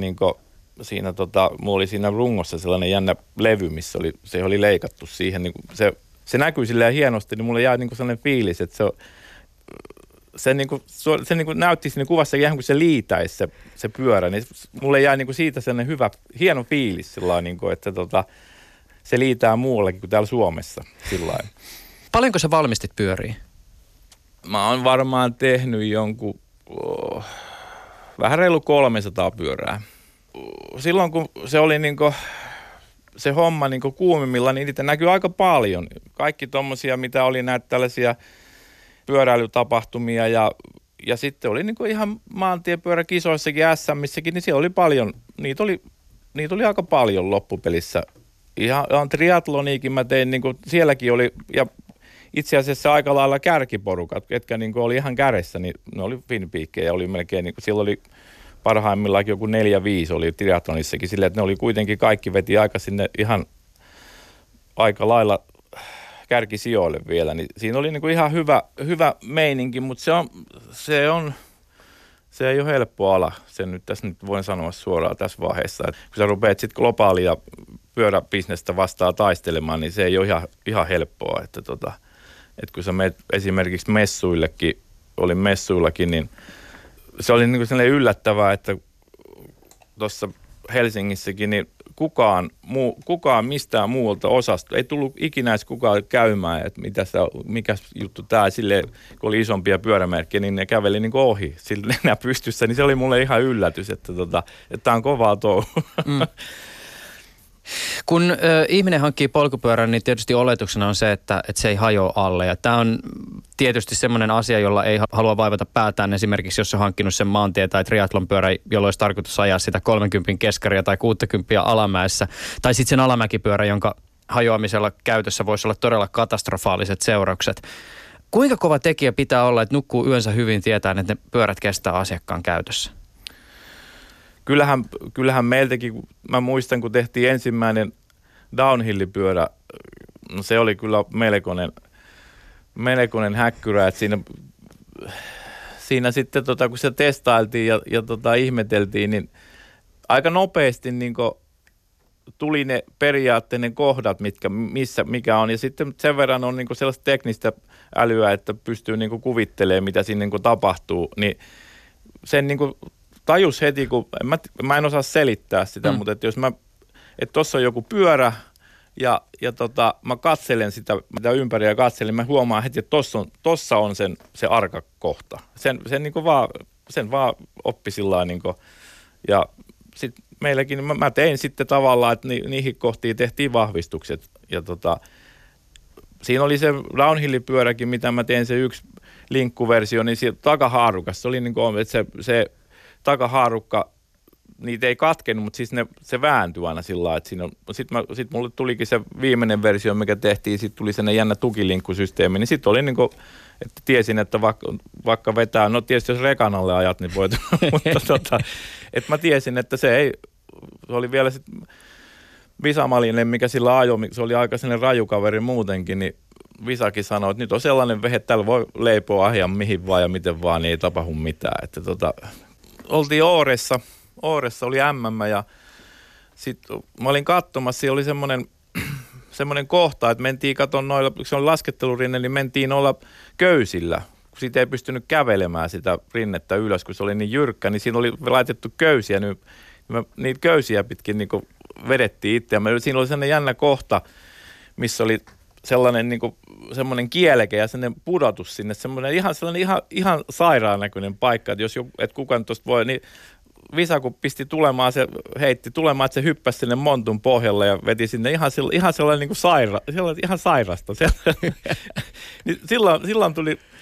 mulla oli siinä rungossa sellainen jännä levy, missä se oli leikattu siihen, niin se näkyy silleen hienosti, niin mulla jäi niin sellainen fiilis, että se näytti siinä kuvassa ihan kuin se liitäisi se pyörä, niin mulle jäi siitä sellainen hyvä, hieno fiilis sillain, että se liitää muuallakin kuin täällä Suomessa sillain. Paljonko sä valmistit pyöriä? Mä oon varmaan tehnyt vähän reilu 300 pyörää. Silloin kun se oli se homma kuumimmilla, niin niitä näkyy aika paljon. Kaikki tommosia, mitä oli näitä tällaisia pyöräilytapahtumia ja sitten oli ihan maantiepyöräkisoissakin SM:issäkin, niin siellä oli paljon, niitä oli aika paljon loppupelissä. Ihan triathloniikin mä tein, sielläkin oli, ja itse asiassa aika lailla kärkiporukat, ketkä oli ihan kärjessä, niin ne oli Finpeakkejä, oli melkein, siellä oli parhaimmillaan joku 4-5 oli triathlonissakin, silleen, että ne oli kuitenkin kaikki veti aika sinne ihan aika lailla kärkisijoille vielä, niin siinä oli ihan hyvä meininki, mutta se ei ole helppo ala. Sen nyt tässä nyt voin sanoa suoraan tässä vaiheessa, että kun sä rupeat sitten globaalia pyöräbisnestä vastaan taistelemaan, niin se ei ole ihan helppoa, että kun sä menet esimerkiksi messuillakin, niin se oli sellainen yllättävää, että tuossa Helsingissäkin, niin kukaan mistään muualta osasta, ei tullut ikinä edes kukaan käymään, että mikä juttu tämä, silleen, kun oli isompia pyörämerkkejä, niin ne käveli niin kuin ohi, sillä enää pystyssä, niin se oli mulle ihan yllätys, että tämä on kovaa touhu. Kun ihminen hankkii polkupyörän, niin tietysti oletuksena on se, että se ei hajoa alle. Ja tämä on tietysti semmoinen asia, jolla ei halua vaivata päätään. Esimerkiksi jos on hankkinut sen maantie- tai triathlonpyörä, jolla olisi tarkoitus ajaa sitä 30 keskaria tai 60 alamäessä. Tai sitten sen alamäkipyörä, jonka hajoamisella käytössä voisi olla todella katastrofaaliset seuraukset. Kuinka kova tekijä pitää olla, että nukkuu yönsä hyvin tietäen, että ne pyörät kestää asiakkaan käytössä? Kyllähän meiltäkin, mä muistan kun tehtiin ensimmäinen downhillipyörä, no se oli kyllä melkoinen häkkyrä, että siinä sitten kun se testailtiin ja ihmeteltiin, niin aika nopeasti niin tuli ne periaatteinen kohdat, mikä on, ja sitten sen verran on niin sellaista teknistä älyä, että pystyy niin kuvittelemaan, mitä siinä niin tapahtuu, niin sen niin tajus heti, kun mä en osaa selittää sitä, mutta että jos että tossa on joku pyörä ja mä katselen sitä, mitä ympäri ja katselen, mä huomaan heti, että tossa on se arka kohta. Sen vaan oppi sillä niin ja sitten meilläkin, mä tein sitten tavallaan, että niihin kohtiin tehtiin vahvistukset ja siinä oli se downhillipyöräkin, mitä mä tein, se yksi linkkuversio, niin siinä takahaarukassa oli niin kuin, että se takahaarukka, niitä ei katkenut, mutta siis se vääntyi aina sillä lailla, että siinä on, sit mulle tulikin se viimeinen versio, mikä tehtiin, sitten tuli sellainen jännä tukilinkkusysteemi, niin sitten oli niinku, että tiesin, että vaikka vetää, no tietysti jos rekan alle ajat, niin voit, mutta että mä tiesin, että se oli vielä sitten Visa-Malinen, mikä sillä ajoi, se oli aika sellainen rajukaveri muutenkin, niin Visakin sanoi, että nyt on sellainen vehe, että täällä voi leipoa ahjan mihin vaan ja miten vaan, niin ei tapahdu mitään, että oltiin Ooressa oli MM ja sitten mä olin katsomassa, siellä oli semmoinen kohta, että mentiin katon noilla, kun se oli laskettelurinne, niin mentiin noilla köysillä. Kun siitä ei pystynyt kävelemään sitä rinnettä ylös, kun se oli niin jyrkkä, niin siinä oli laitettu köysiä, niin niitä köysiä pitkin niin kuin vedettiin itse. Siinä oli sellainen jännä kohta, missä oli sellainen niin kuin semmoinen kieleke ja sellainen pudotus sinne, semmoinen ihan sairaan näköinen paikka, että jos kukaan tuosta voi, niin Visa kun heitti tulemaan, että se hyppäsi sinne montun pohjalle ja veti sinne ihan sellainen niin kuin ihan sairasta. Niin silloin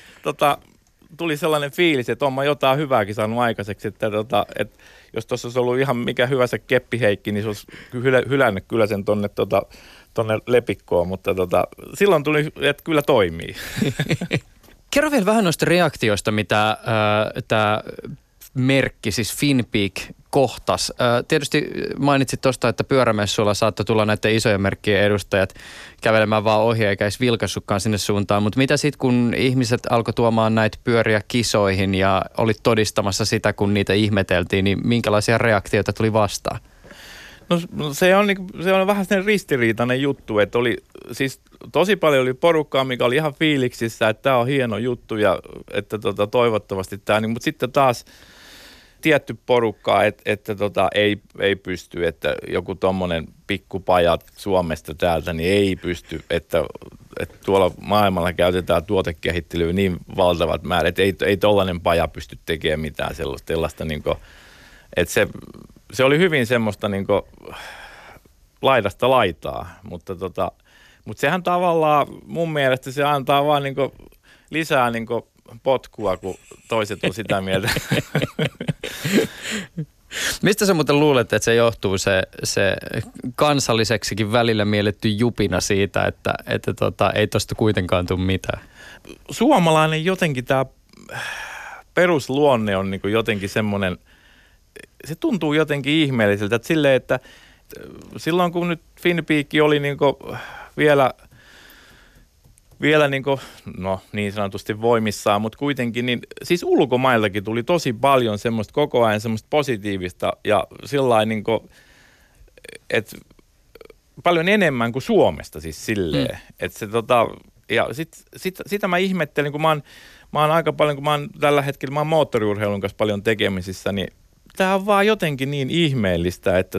tuli sellainen fiilis, että on mä jotain hyvääkin saanut aikaiseksi, että jos tuossa olisi ollut ihan mikä hyvänsä keppiheikki, niin se olisi hylännyt kyllä sen tonne lepikkoon, mutta silloin tuli, että kyllä toimii. Kerro vielä vähän noista reaktioista, mitä tämä merkki, siis Finnpeak kohtas. Tietysti mainitsit tuosta, että pyörämessuilla saattoi tulla näiden isojen merkkien edustajat kävelemään vaan ohi eikä edes vilkaissutkaan sinne suuntaan, mutta mitä sitten kun ihmiset alkoi tuomaan näitä pyöriä kisoihin ja olit todistamassa sitä, kun niitä ihmeteltiin, niin minkälaisia reaktioita tuli vastaan? No se on vähän sellainen ristiriitainen juttu, että oli siis tosi paljon oli porukkaa, mikä oli ihan fiiliksissä, että tämä on hieno juttu ja että toivottavasti tämä, mutta sitten taas tietty porukkaa, että ei pysty, että joku tommonen pikkupajat Suomesta täältä, niin ei pysty, että tuolla maailmalla käytetään tuotekehittelyä niin valtavat määrät, että ei tollainen paja pysty tekemään mitään sellaista niin kuin, että se oli hyvin semmoista niin kuin laidasta laitaa, mutta sehän tavallaan mun mielestä se antaa vaan niin kuin lisää niin kuin potkua, kun toiset on sitä mieltä. Mistä sä muuten luulet, että se johtuu se kansalliseksikin välillä mielletty jupina siitä, että ei tosta kuitenkaan tule mitään? Suomalainen jotenkin tämä perusluonne on niin kuin jotenkin semmoinen, se tuntuu jotenkin ihmeelliseltä, että silleen, että silloin kun nyt Finnpeak oli niin kuin vielä niin kuin, no niin sanotusti voimissaan, mutta kuitenkin, niin siis ulkomailtakin tuli tosi paljon semmoista koko ajan semmoista positiivista ja sillain niin kuin, että paljon enemmän kuin Suomesta siis silleen, että se ja sitä mä ihmettelin, kun mä oon aika paljon, kun mä oon tällä hetkellä, mä oon moottoriurheilun kanssa paljon tekemisissä, niin Tämä on vaan jotenkin niin ihmeellistä, että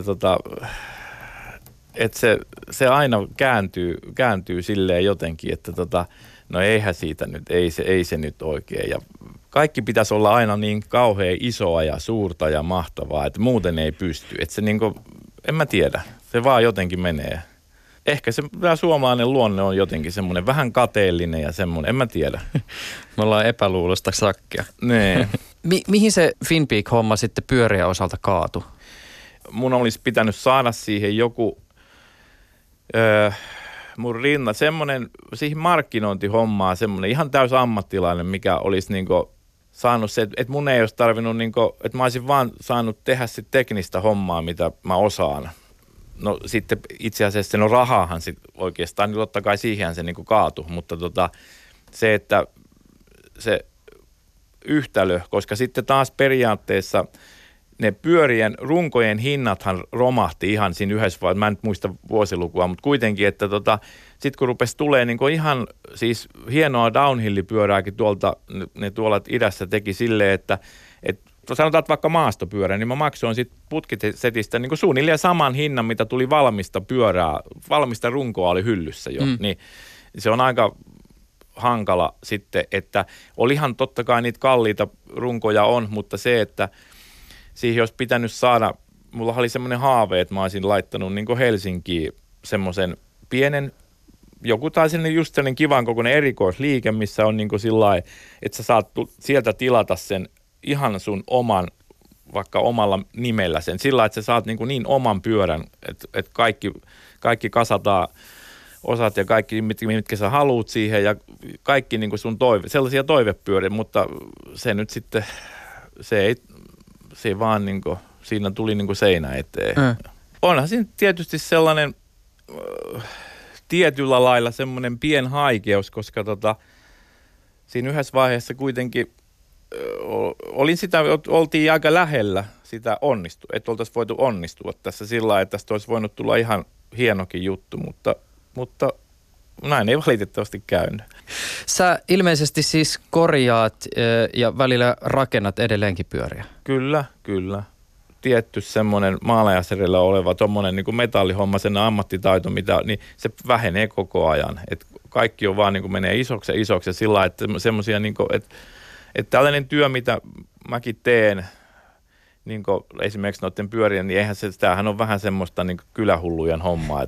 että se aina kääntyy silleen jotenkin, että no eihän siitä nyt, ei se nyt oikein. Ja kaikki pitäisi olla aina niin kauhean isoa ja suurta ja mahtavaa, että muuten ei pysty. Että se niinku, en mä tiedä, se vaan jotenkin menee. Ehkä se suomalainen luonne on jotenkin semmoinen vähän kateellinen ja semmoinen, en mä tiedä. Me ollaan epäluulosta sakkia. Nee. Mihin se Finpeak-homma sitten pyörien osalta kaatui? Mun olisi pitänyt saada siihen joku mun rinna, semmoinen, siihen markkinointihommaa, semmoinen ihan täys ammattilainen, mikä olisi niinku saanut se, että mun ei olisi tarvinnut, niinku, että mä olisin vaan saanut tehdä sit teknistä hommaa, mitä mä osaan. No sitten itse asiassa no rahaahan sit oikeastaan, niin totta kai siihen se niinku kaatui, mutta se, että se yhtälö, koska sitten taas periaatteessa ne pyörien runkojen hinnathan romahti ihan siinä yhdessä vaiheessa, mä en nyt muista vuosilukua, mutta kuitenkin, että sitten kun rupesi tulee niin ihan siis hienoa downhill-pyörääkin ne tuolla idässä teki silleen, että sanotaan, että vaikka maastopyörä, niin mä maksoin sitten putkisetistä niin suunnilleen saman hinnan, mitä tuli valmista pyörää, valmista runkoa oli hyllyssä jo, niin se on aika hankala sitten, että olihan totta kai niitä kalliita runkoja on, mutta se, että siihen olisi pitänyt saada, mulla oli semmoinen haave, että mä olisin laittanut niin kuin Helsinkiin semmoisen pienen, joku tai just sellainen kivan kokoinen erikoisliike, missä on niin kuin sillain, että sä saat sieltä tilata sen ihan sun oman, vaikka omalla nimellä sen, sillä että sä saat niin oman pyörän, että kaikki kasataan osat ja kaikki, mitkä sä haluut siihen ja kaikki niin kuin sun sellaisia toivepyöriä, mutta se nyt sitten, se vaan niin kuin, siinä tuli niin kuin seinä eteen. Onhan siinä tietysti sellainen tietyllä lailla semmoinen pien haikeus, koska siinä yhdessä vaiheessa kuitenkin oltiin aika lähellä sitä että oltaisiin voitu onnistua tässä sillä lailla, että tästä olisi voinut tulla ihan hienokin juttu, mutta näin ei valitettavasti käynyt. Sä ilmeisesti siis korjaat ja välillä rakennat edelleenkin pyöriä. Kyllä. Tietty semmoinen maalajaserillä oleva tommonen niin kuin metallihomma, sen ammattitaito, niin se vähenee koko ajan. Et kaikki on vaan niin kuin menee isoksi ja sillä lailla, että semmoisia, niin että tällainen työ, mitä mäkin teen, niin kuin esimerkiksi noiden pyörien, niin tämähän on vähän semmoista niin kuin kylähullujen hommaa,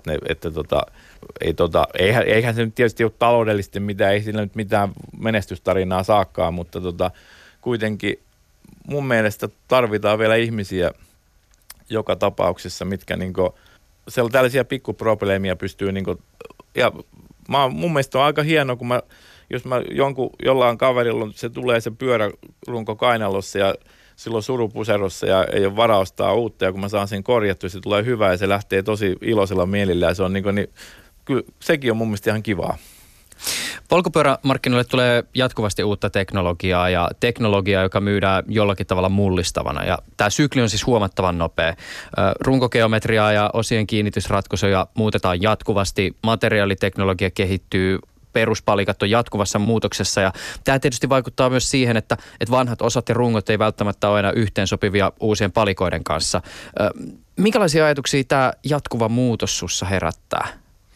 eihän se nyt tietysti ole taloudellisesti mitään, ei sillä nyt mitään menestystarinaa saakkaan, mutta kuitenkin mun mielestä tarvitaan vielä ihmisiä joka tapauksessa, mitkä niin kuin, tällaisia pikkuprobleemia pystyy, niin kuin, ja mun mielestä on aika hienoa, kun jos jollain kaverilla se tulee se pyörärunko kainalossa ja silloin surupuserossa ja ei ole varaa ostaa uutta ja kun mä saan sen korjattua, se tulee hyvä ja se lähtee tosi iloisella mielillä ja se on niin kyllä sekin on mun mielestä ihan kivaa. Polkupyörämarkkinoille tulee jatkuvasti uutta teknologiaa ja teknologiaa, joka myydään jollakin tavalla mullistavana. Ja tämä sykli on siis huomattavan nopea. Runkogeometriaa ja osien kiinnitysratkaisuja muutetaan jatkuvasti. Materiaaliteknologia kehittyy. Peruspalikat on jatkuvassa muutoksessa ja tämä tietysti vaikuttaa myös siihen, että vanhat osat ja rungot ei välttämättä ole enää yhteensopivia uusien palikoiden kanssa. Minkälaisia ajatuksia tämä jatkuva muutos sussa herättää?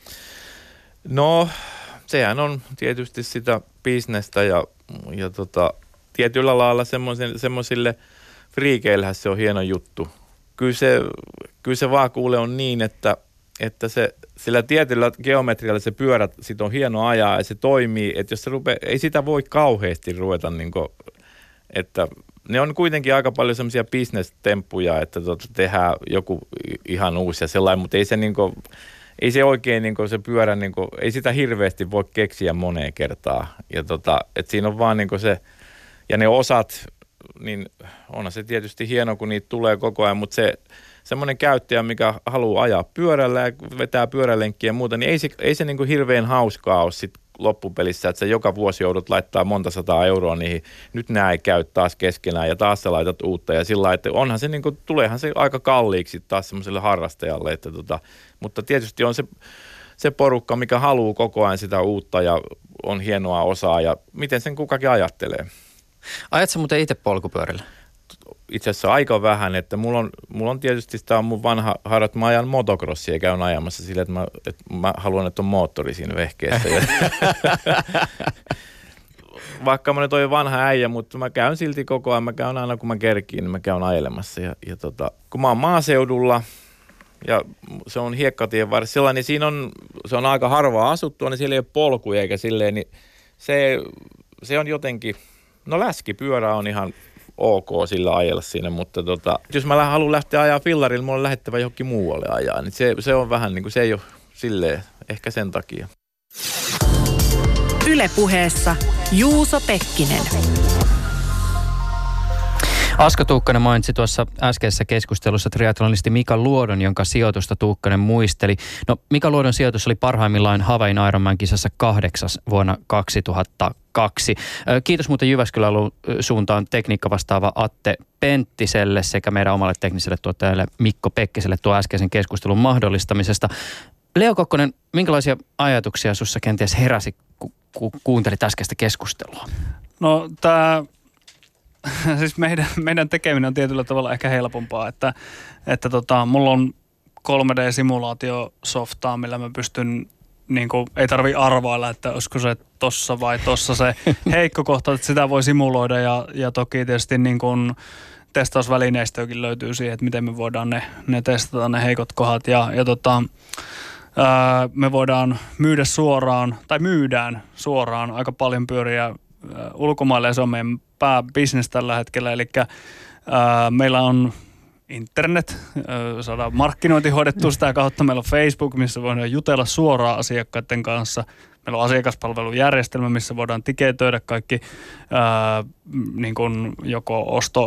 No, sehän on tietysti sitä bisnestä ja tietyllä lailla semmoisille friikeillähän se on hieno juttu. Kyllä se vaan kuule on niin, että sillä tietyllä geometrialla se pyörä sit on hieno ajaa ja se toimii, että jos se ei sitä voi kauheasti ruveta, että ne on kuitenkin aika paljon semmoisia bisnestemppuja, että tehdään joku ihan uusi ja sellainen, mutta ei se oikein se pyörä, ei sitä hirveästi voi keksiä moneen kertaan. Ja että siinä on vaan se, ja ne osat, niin onhan se tietysti hieno, kun niitä tulee koko ajan, mutta semmoinen käyttäjä, mikä haluaa ajaa pyörällä ja vetää pyörälenkkiä ja muuta, niin ei se hirveän hauskaa ole sit loppupelissä, että sä joka vuosi joudut laittaa monta sataa euroa niihin. Nyt nämä ei käy taas keskenään ja taas sä laitat uutta ja sillä lailla, että onhan se tuleehan se aika kalliiksi taas semmoiselle harrastajalle, että mutta tietysti on se porukka, mikä haluaa koko ajan sitä uutta ja on hienoa osaa ja miten sen kukakin ajattelee. Ajatko muuten itse polkupyörillä? itse asiassa aika vähän, että mulla on tietysti, tämä on mun vanha harrat, mä ajan motocrossia ja käyn ajamassa sillä, että mä haluan, että on moottori siinä vehkeessä. Vaikka mä nyt olen vanha äijä, mutta mä käyn silti koko ajan, mä käyn aina kun mä kerkiin, niin mä käyn ajelemassa. Kun mä oon maaseudulla ja se on hiekkatien varsilla, niin se on aika harvaa asuttua, niin siellä ei ole polkuja eikä silleen, niin se on jotenkin, no läskipyörä on ihan ok sillä ajella siinä, mutta jos mä haluan lähteä ajaa fillarilla, mulla on lähettävä johonkin muualle ajaa, niin se on vähän niin kuin, se ei ole silleen, ehkä sen takia. Yle Puheessa Juuso Pekkinen. Asko Tuukkanen mainitsi tuossa äskeisessä keskustelussa triathlonisti Mika Luodon, jonka sijoitusta Tuukkanen muisteli. No, Mika Luodon sijoitus oli parhaimmillaan Havain Ironman kisassa 8. vuonna 2002. Kiitos muuten Jyväskylän suuntaan tekniikkavastaava Atte Penttiselle sekä meidän omalle tekniselle tuottajalle Mikko Pekkiselle tuo äskeisen keskustelun mahdollistamisesta. Leo Kokkonen, minkälaisia ajatuksia sussa kenties heräsi, kun kuuntelit äskeistä keskustelua? No siis meidän tekeminen on tietyllä tavalla ehkä helpompaa, että mulla on 3D-simulaatiosoftaa, millä mä pystyn, niin kuin, ei tarvi arvailla, että olisiko se tossa vai tossa se heikko kohta, että sitä voi simuloida ja toki tietysti niin kuin testausvälineistöäkin löytyy siihen, että miten me voidaan ne testata ne heikot kohdat me voidaan myydään suoraan aika paljon pyöriä ulkomaille ja se on meidän pääbisnes tällä hetkellä. Eli meillä on internet, saadaan markkinointi hoidettua sitä kautta. Meillä on Facebook, missä voidaan jutella suoraan asiakkaiden kanssa. Meillä on asiakaspalvelujärjestelmä, missä voidaan tiketöidä kaikki niin kuin joko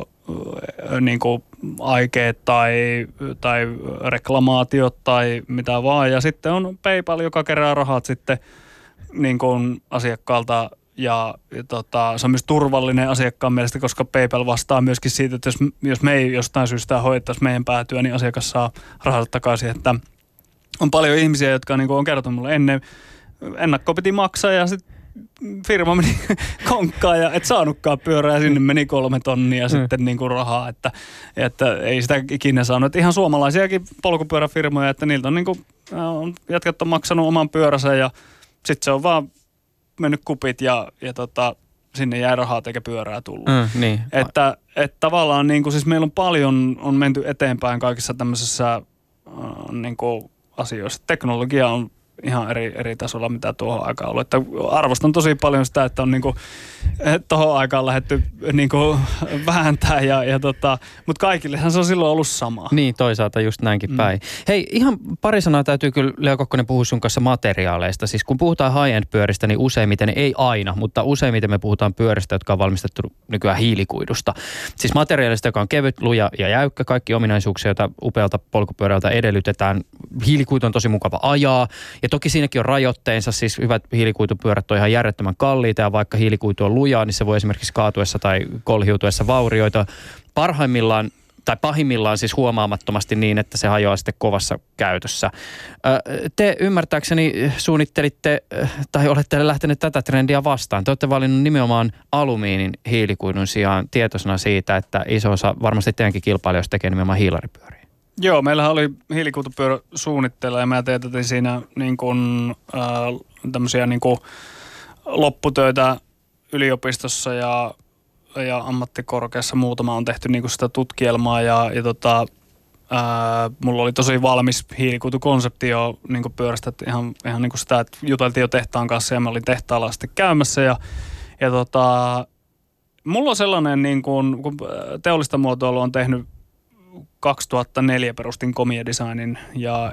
niin kuin aikeet tai reklamaatiot tai mitä vaan. Ja sitten on PayPal, joka kerää rahat sitten niin kuin asiakkaalta. Ja se on myös turvallinen asiakkaan mielestä, koska PayPal vastaa myöskin siitä, että jos me ei jostain syystä hoidettaisi meidän päätyä, niin asiakas saa rahat takaisin. Että on paljon ihmisiä, jotka niin kuin on kertonut mulle ennen, ennakko piti maksaa ja sitten firma meni konkkaan ja et saanutkaan pyörää ja sinne meni 3 tonnia sitten niin kuin rahaa, että ei sitä ikinä saanut. Että ihan suomalaisiakin polkupyöräfirmoja, että niiltä on niin kuin, jätkät on maksanut oman pyöränsä ja sitten se on vaan mennyt kupit ja sinne jäi rahaa eikä pyörää tullut. Niin. Että tavallaan niin kuin, siis meillä on paljon on menty eteenpäin kaikissa tämmöisissä niin kuin asioissa. Teknologia on ihan eri tasolla, mitä tuohon aikaan on ollut. Että arvostan tosi paljon sitä, että on niinku tuohon aikaan lähdetty niinku vääntää mutta kaikillehan se on silloin ollut sama. Niin, toisaalta just näinkin päin. Hei, ihan pari sanaa täytyy kyllä, Leo Kokkonen, puhua sun kanssa materiaaleista. Siis kun puhutaan high-end-pyöristä, niin useimmiten, ei aina, mutta useimmiten me puhutaan pyöristä, jotka on valmistettu nykyään hiilikuidusta. Siis materiaalista, joka on kevyt, luja ja jäykkä, kaikki ominaisuuksia, joita upealta polkupyörältä edellytetään. Hiilikuitu on tosi mukava ajaa. Ja toki siinäkin on rajoitteensa, siis hyvät hiilikuitupyörät on ihan järjettömän kalliita ja vaikka hiilikuitu on lujaa, niin se voi esimerkiksi kaatuessa tai kolhiutuessa vaurioita. Parhaimmillaan tai pahimmillaan siis huomaamattomasti niin, että se hajoaa sitten kovassa käytössä. Te ymmärtääkseni suunnittelitte tai olette lähteneet tätä trendiä vastaan. Te olette valinnut nimenomaan alumiinin hiilikuidun sijaan tietoisena siitä, että iso osa varmasti teidänkin kilpailijoista tekee nimenomaan hiilaripyöriä. Joo, meillähän oli hiilikuitupyörä suunnitteilla ja mä teetätin siinä niin kuin, tämmöisiä niin kuin lopputöitä yliopistossa ja ammattikorkeassa muutama on tehty niin kuin sitä tutkielmaa ja mulla oli tosi valmis hiilikuitukonsepti jo niin kuin pyörästä, että ihan niin kuin sitä, että juteltiin jo tehtaan kanssa ja mä olin tehtaalla sitten käymässä ja mulla on sellainen niin kuin, kun teollista muotoilua on tehnyt 2004 perustin Comia Designin ja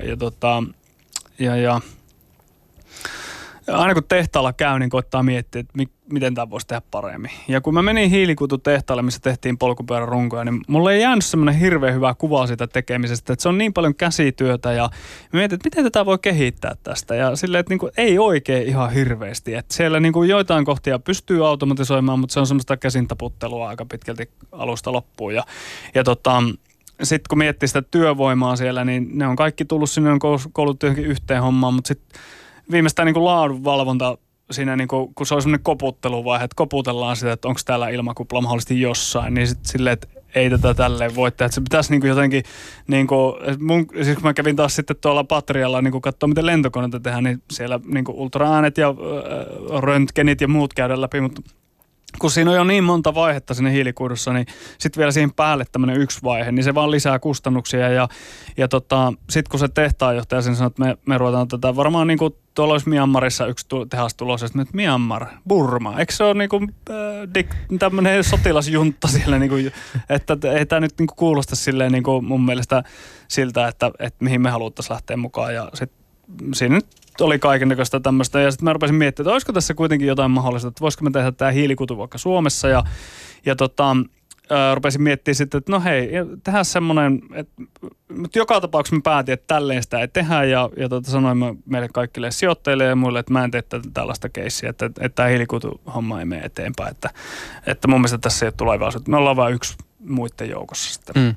aina kun tehtaalla käy, niin koittaa miettiä, että miten tämä voisi tehdä paremmin. Ja kun mä menin hiilikuitutehtaalle, missä tehtiin polkupyörän runkoja, niin mulle ei jäänyt semmoinen hirveän hyvä kuva siitä tekemisestä, että se on niin paljon käsityötä ja mietin, että miten tätä voi kehittää tästä. Ja silleen, että niinku ei oikein ihan hirveästi. Että siellä niinku joitain kohtia pystyy automatisoimaan, mutta se on semmoista käsintaputtelua aika pitkälti alusta loppuun. Ja sitten kun miettii sitä työvoimaa siellä, niin ne on kaikki tullut sinne, on koulutettu johonkin yhteen hommaan, mutta sitten viimeistään niin kuin laadunvalvonta siinä, niin kun se on semmoinen koputteluvaihe, että koputellaan sitä, että onko täällä ilmakupla mahdollisesti jossain, niin sitten silleen, että ei tätä tälleen voi tehdä. Se pitäisi niin kuin jotenkin, niin kuin, siis kun mä kävin taas sitten tuolla Patrialla niin katsoa, miten lentokoneita tehdään, niin siellä niin kuin ultraäänet ja röntgenit ja muut käydään läpi, mutta kun siinä on jo niin monta vaihetta sinne hiilikuidussa, niin sitten vielä siihen päälle tämmöinen yksi vaihe, niin se vaan lisää kustannuksia. Ja sitten kun se tehtaanjohtaja sen sanoo, että me ruvetaan tätä, varmaan niin kuin tuolla olisi Myanmarissa yksi tehas tulossa, että Myanmar, Burma, eikö se ole niin kuin tämmöinen sotilasjuntta siellä, niin kuin, että ei tämä nyt niin kuin kuulosta silleen niin kuin mun mielestä siltä, että mihin me haluttaisiin lähteä mukaan. Ja sitten siinä nyt oli kaikennäköistä tämmöistä, ja sitten mä rupesin miettimään, että olisiko tässä kuitenkin jotain mahdollista, että voisiko me tehdä tämä hiilikutu vaikka Suomessa, ja rupesin miettimään sitten, että no hei, tehdään semmoinen, mutta joka tapauksessa mä päätin, että tälleen sitä ei tehdä, ja sanoin meille kaikille sijoittajille ja muille, että mä en tee tällaista keissiä, että tämä hiilikutu-homma ei mene eteenpäin, että mun mielestä tässä ei ole tulevaisuutta, me ollaan vain yksi muiden joukossa sitten.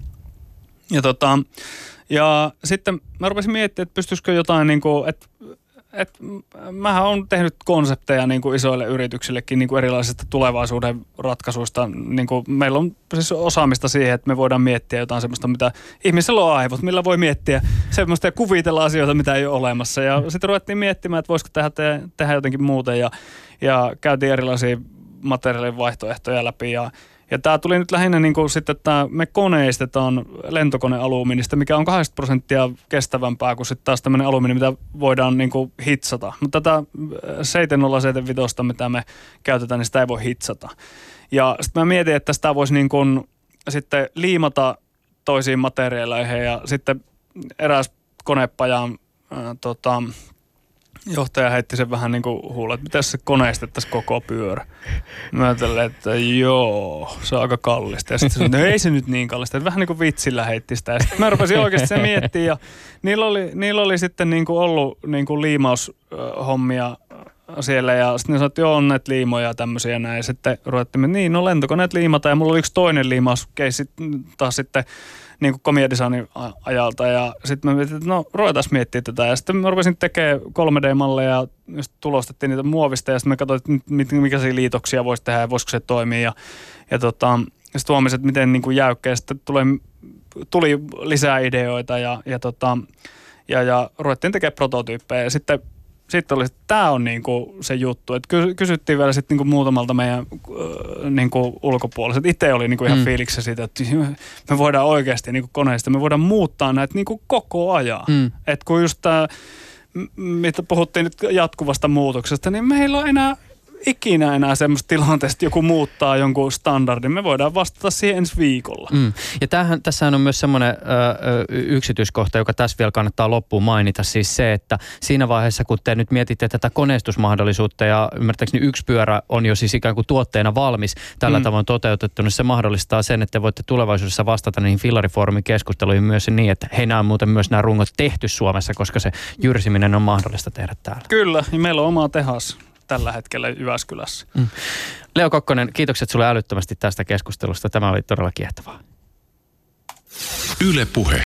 Ja sitten mä rupesin miettimään, että pystyisikö jotain, niin kuin, että mähän olen tehnyt konsepteja niin kuin isoille yrityksillekin niin kuin erilaisista tulevaisuuden ratkaisuista. Niin kuin meillä on siis osaamista siihen, että me voidaan miettiä jotain semmoista, mitä ihmisellä on aivot, millä voi miettiä semmoista ja kuvitella asioita, mitä ei ole olemassa. Ja sitten ruvettiin miettimään, että voisiko tehdä jotenkin muuten ja käytiin erilaisia materiaalien vaihtoehtoja läpi ja tämä tuli nyt lähinnä niin kuin sitten, että me koneistetaan lentokonealumiinista, mikä on 80% kestävämpää kuin sitten taas tämmöinen alumiini, mitä voidaan niin kuin hitsata. Mutta tätä 7075, mitä me käytetään, niin sitä ei voi hitsata. Ja sitten mä mietin, että sitä voisi niin kuin sitten liimata toisiin materiaaleihin ja sitten eräs konepajan johtaja heitti sen vähän niin kuin huulla, että miten se koneistettaisiin koko pyörä. Mä ajattelin, että joo, se on aika kallista. Ja sitten sanoin, että ei se nyt niin kallista. Että vähän niin kuin vitsillä heitti sitä. Ja sitten mä rupesin oikeasti se miettimään. Ja niillä oli sitten niin kuin ollut niin kuin liimaushommia siellä. Ja sitten ne sanoi, että joo, on näitä liimoja ja tämmöisiä näin. Ja sitten ruvettiin, että niin, no lentokoneet liimataan. Ja mulla oli yksi toinen liimauskeissi taas sitten niin kuin Comia-designin ajalta, ja sitten mä mietin, että no ruvetaan miettimään tätä, ja sitten mä rupesin tekemään 3D-malleja, ja just tulostettiin niitä muovista, ja sitten mä katsoin, että mikä liitoksia voisi tehdä, ja voisiko se toimia, ja sitten huomasin, että miten niin kuin jäykkä, ja sitten tuli lisää ideoita, ja ruvettiin tekemään prototyyppejä, ja sitten oli, että tämä on niinku se juttu. Että kysyttiin vielä sitten niinku muutamalta meidän niinku ulkopuoliset. Itse oli niinku ihan fiiliksessä siitä, että me voidaan oikeasti niinku koneista, me voidaan muuttaa näitä niinku koko ajan. Että kun just tämä, mitä puhuttiin nyt jatkuvasta muutoksesta, niin meillä on ikinä enää semmoista tilanteesta, että joku muuttaa jonkun standardin. Me voidaan vastata siihen ensi viikolla. Ja tässähän on myös semmoinen yksityiskohta, joka tässä vielä kannattaa loppuun mainita. Siis se, että siinä vaiheessa, kun te nyt mietitte tätä koneistusmahdollisuutta ja ymmärtääkseni yksi pyörä on jo siis ikään kuin tuotteena valmis tällä tavoin toteutettu, niin se mahdollistaa sen, että te voitte tulevaisuudessa vastata niihin Fillarifoorumin keskusteluihin myös niin, että hei, nämä on muuten myös nämä rungot tehty Suomessa, koska se jyrsiminen on mahdollista tehdä täällä. Kyllä, niin meillä on oma tehas tällä hetkellä Jyväskylässä. Leo Kokkonen, kiitokset sulle älyttömästi tästä keskustelusta. Tämä oli todella kiehtovaa. Yle Puhe.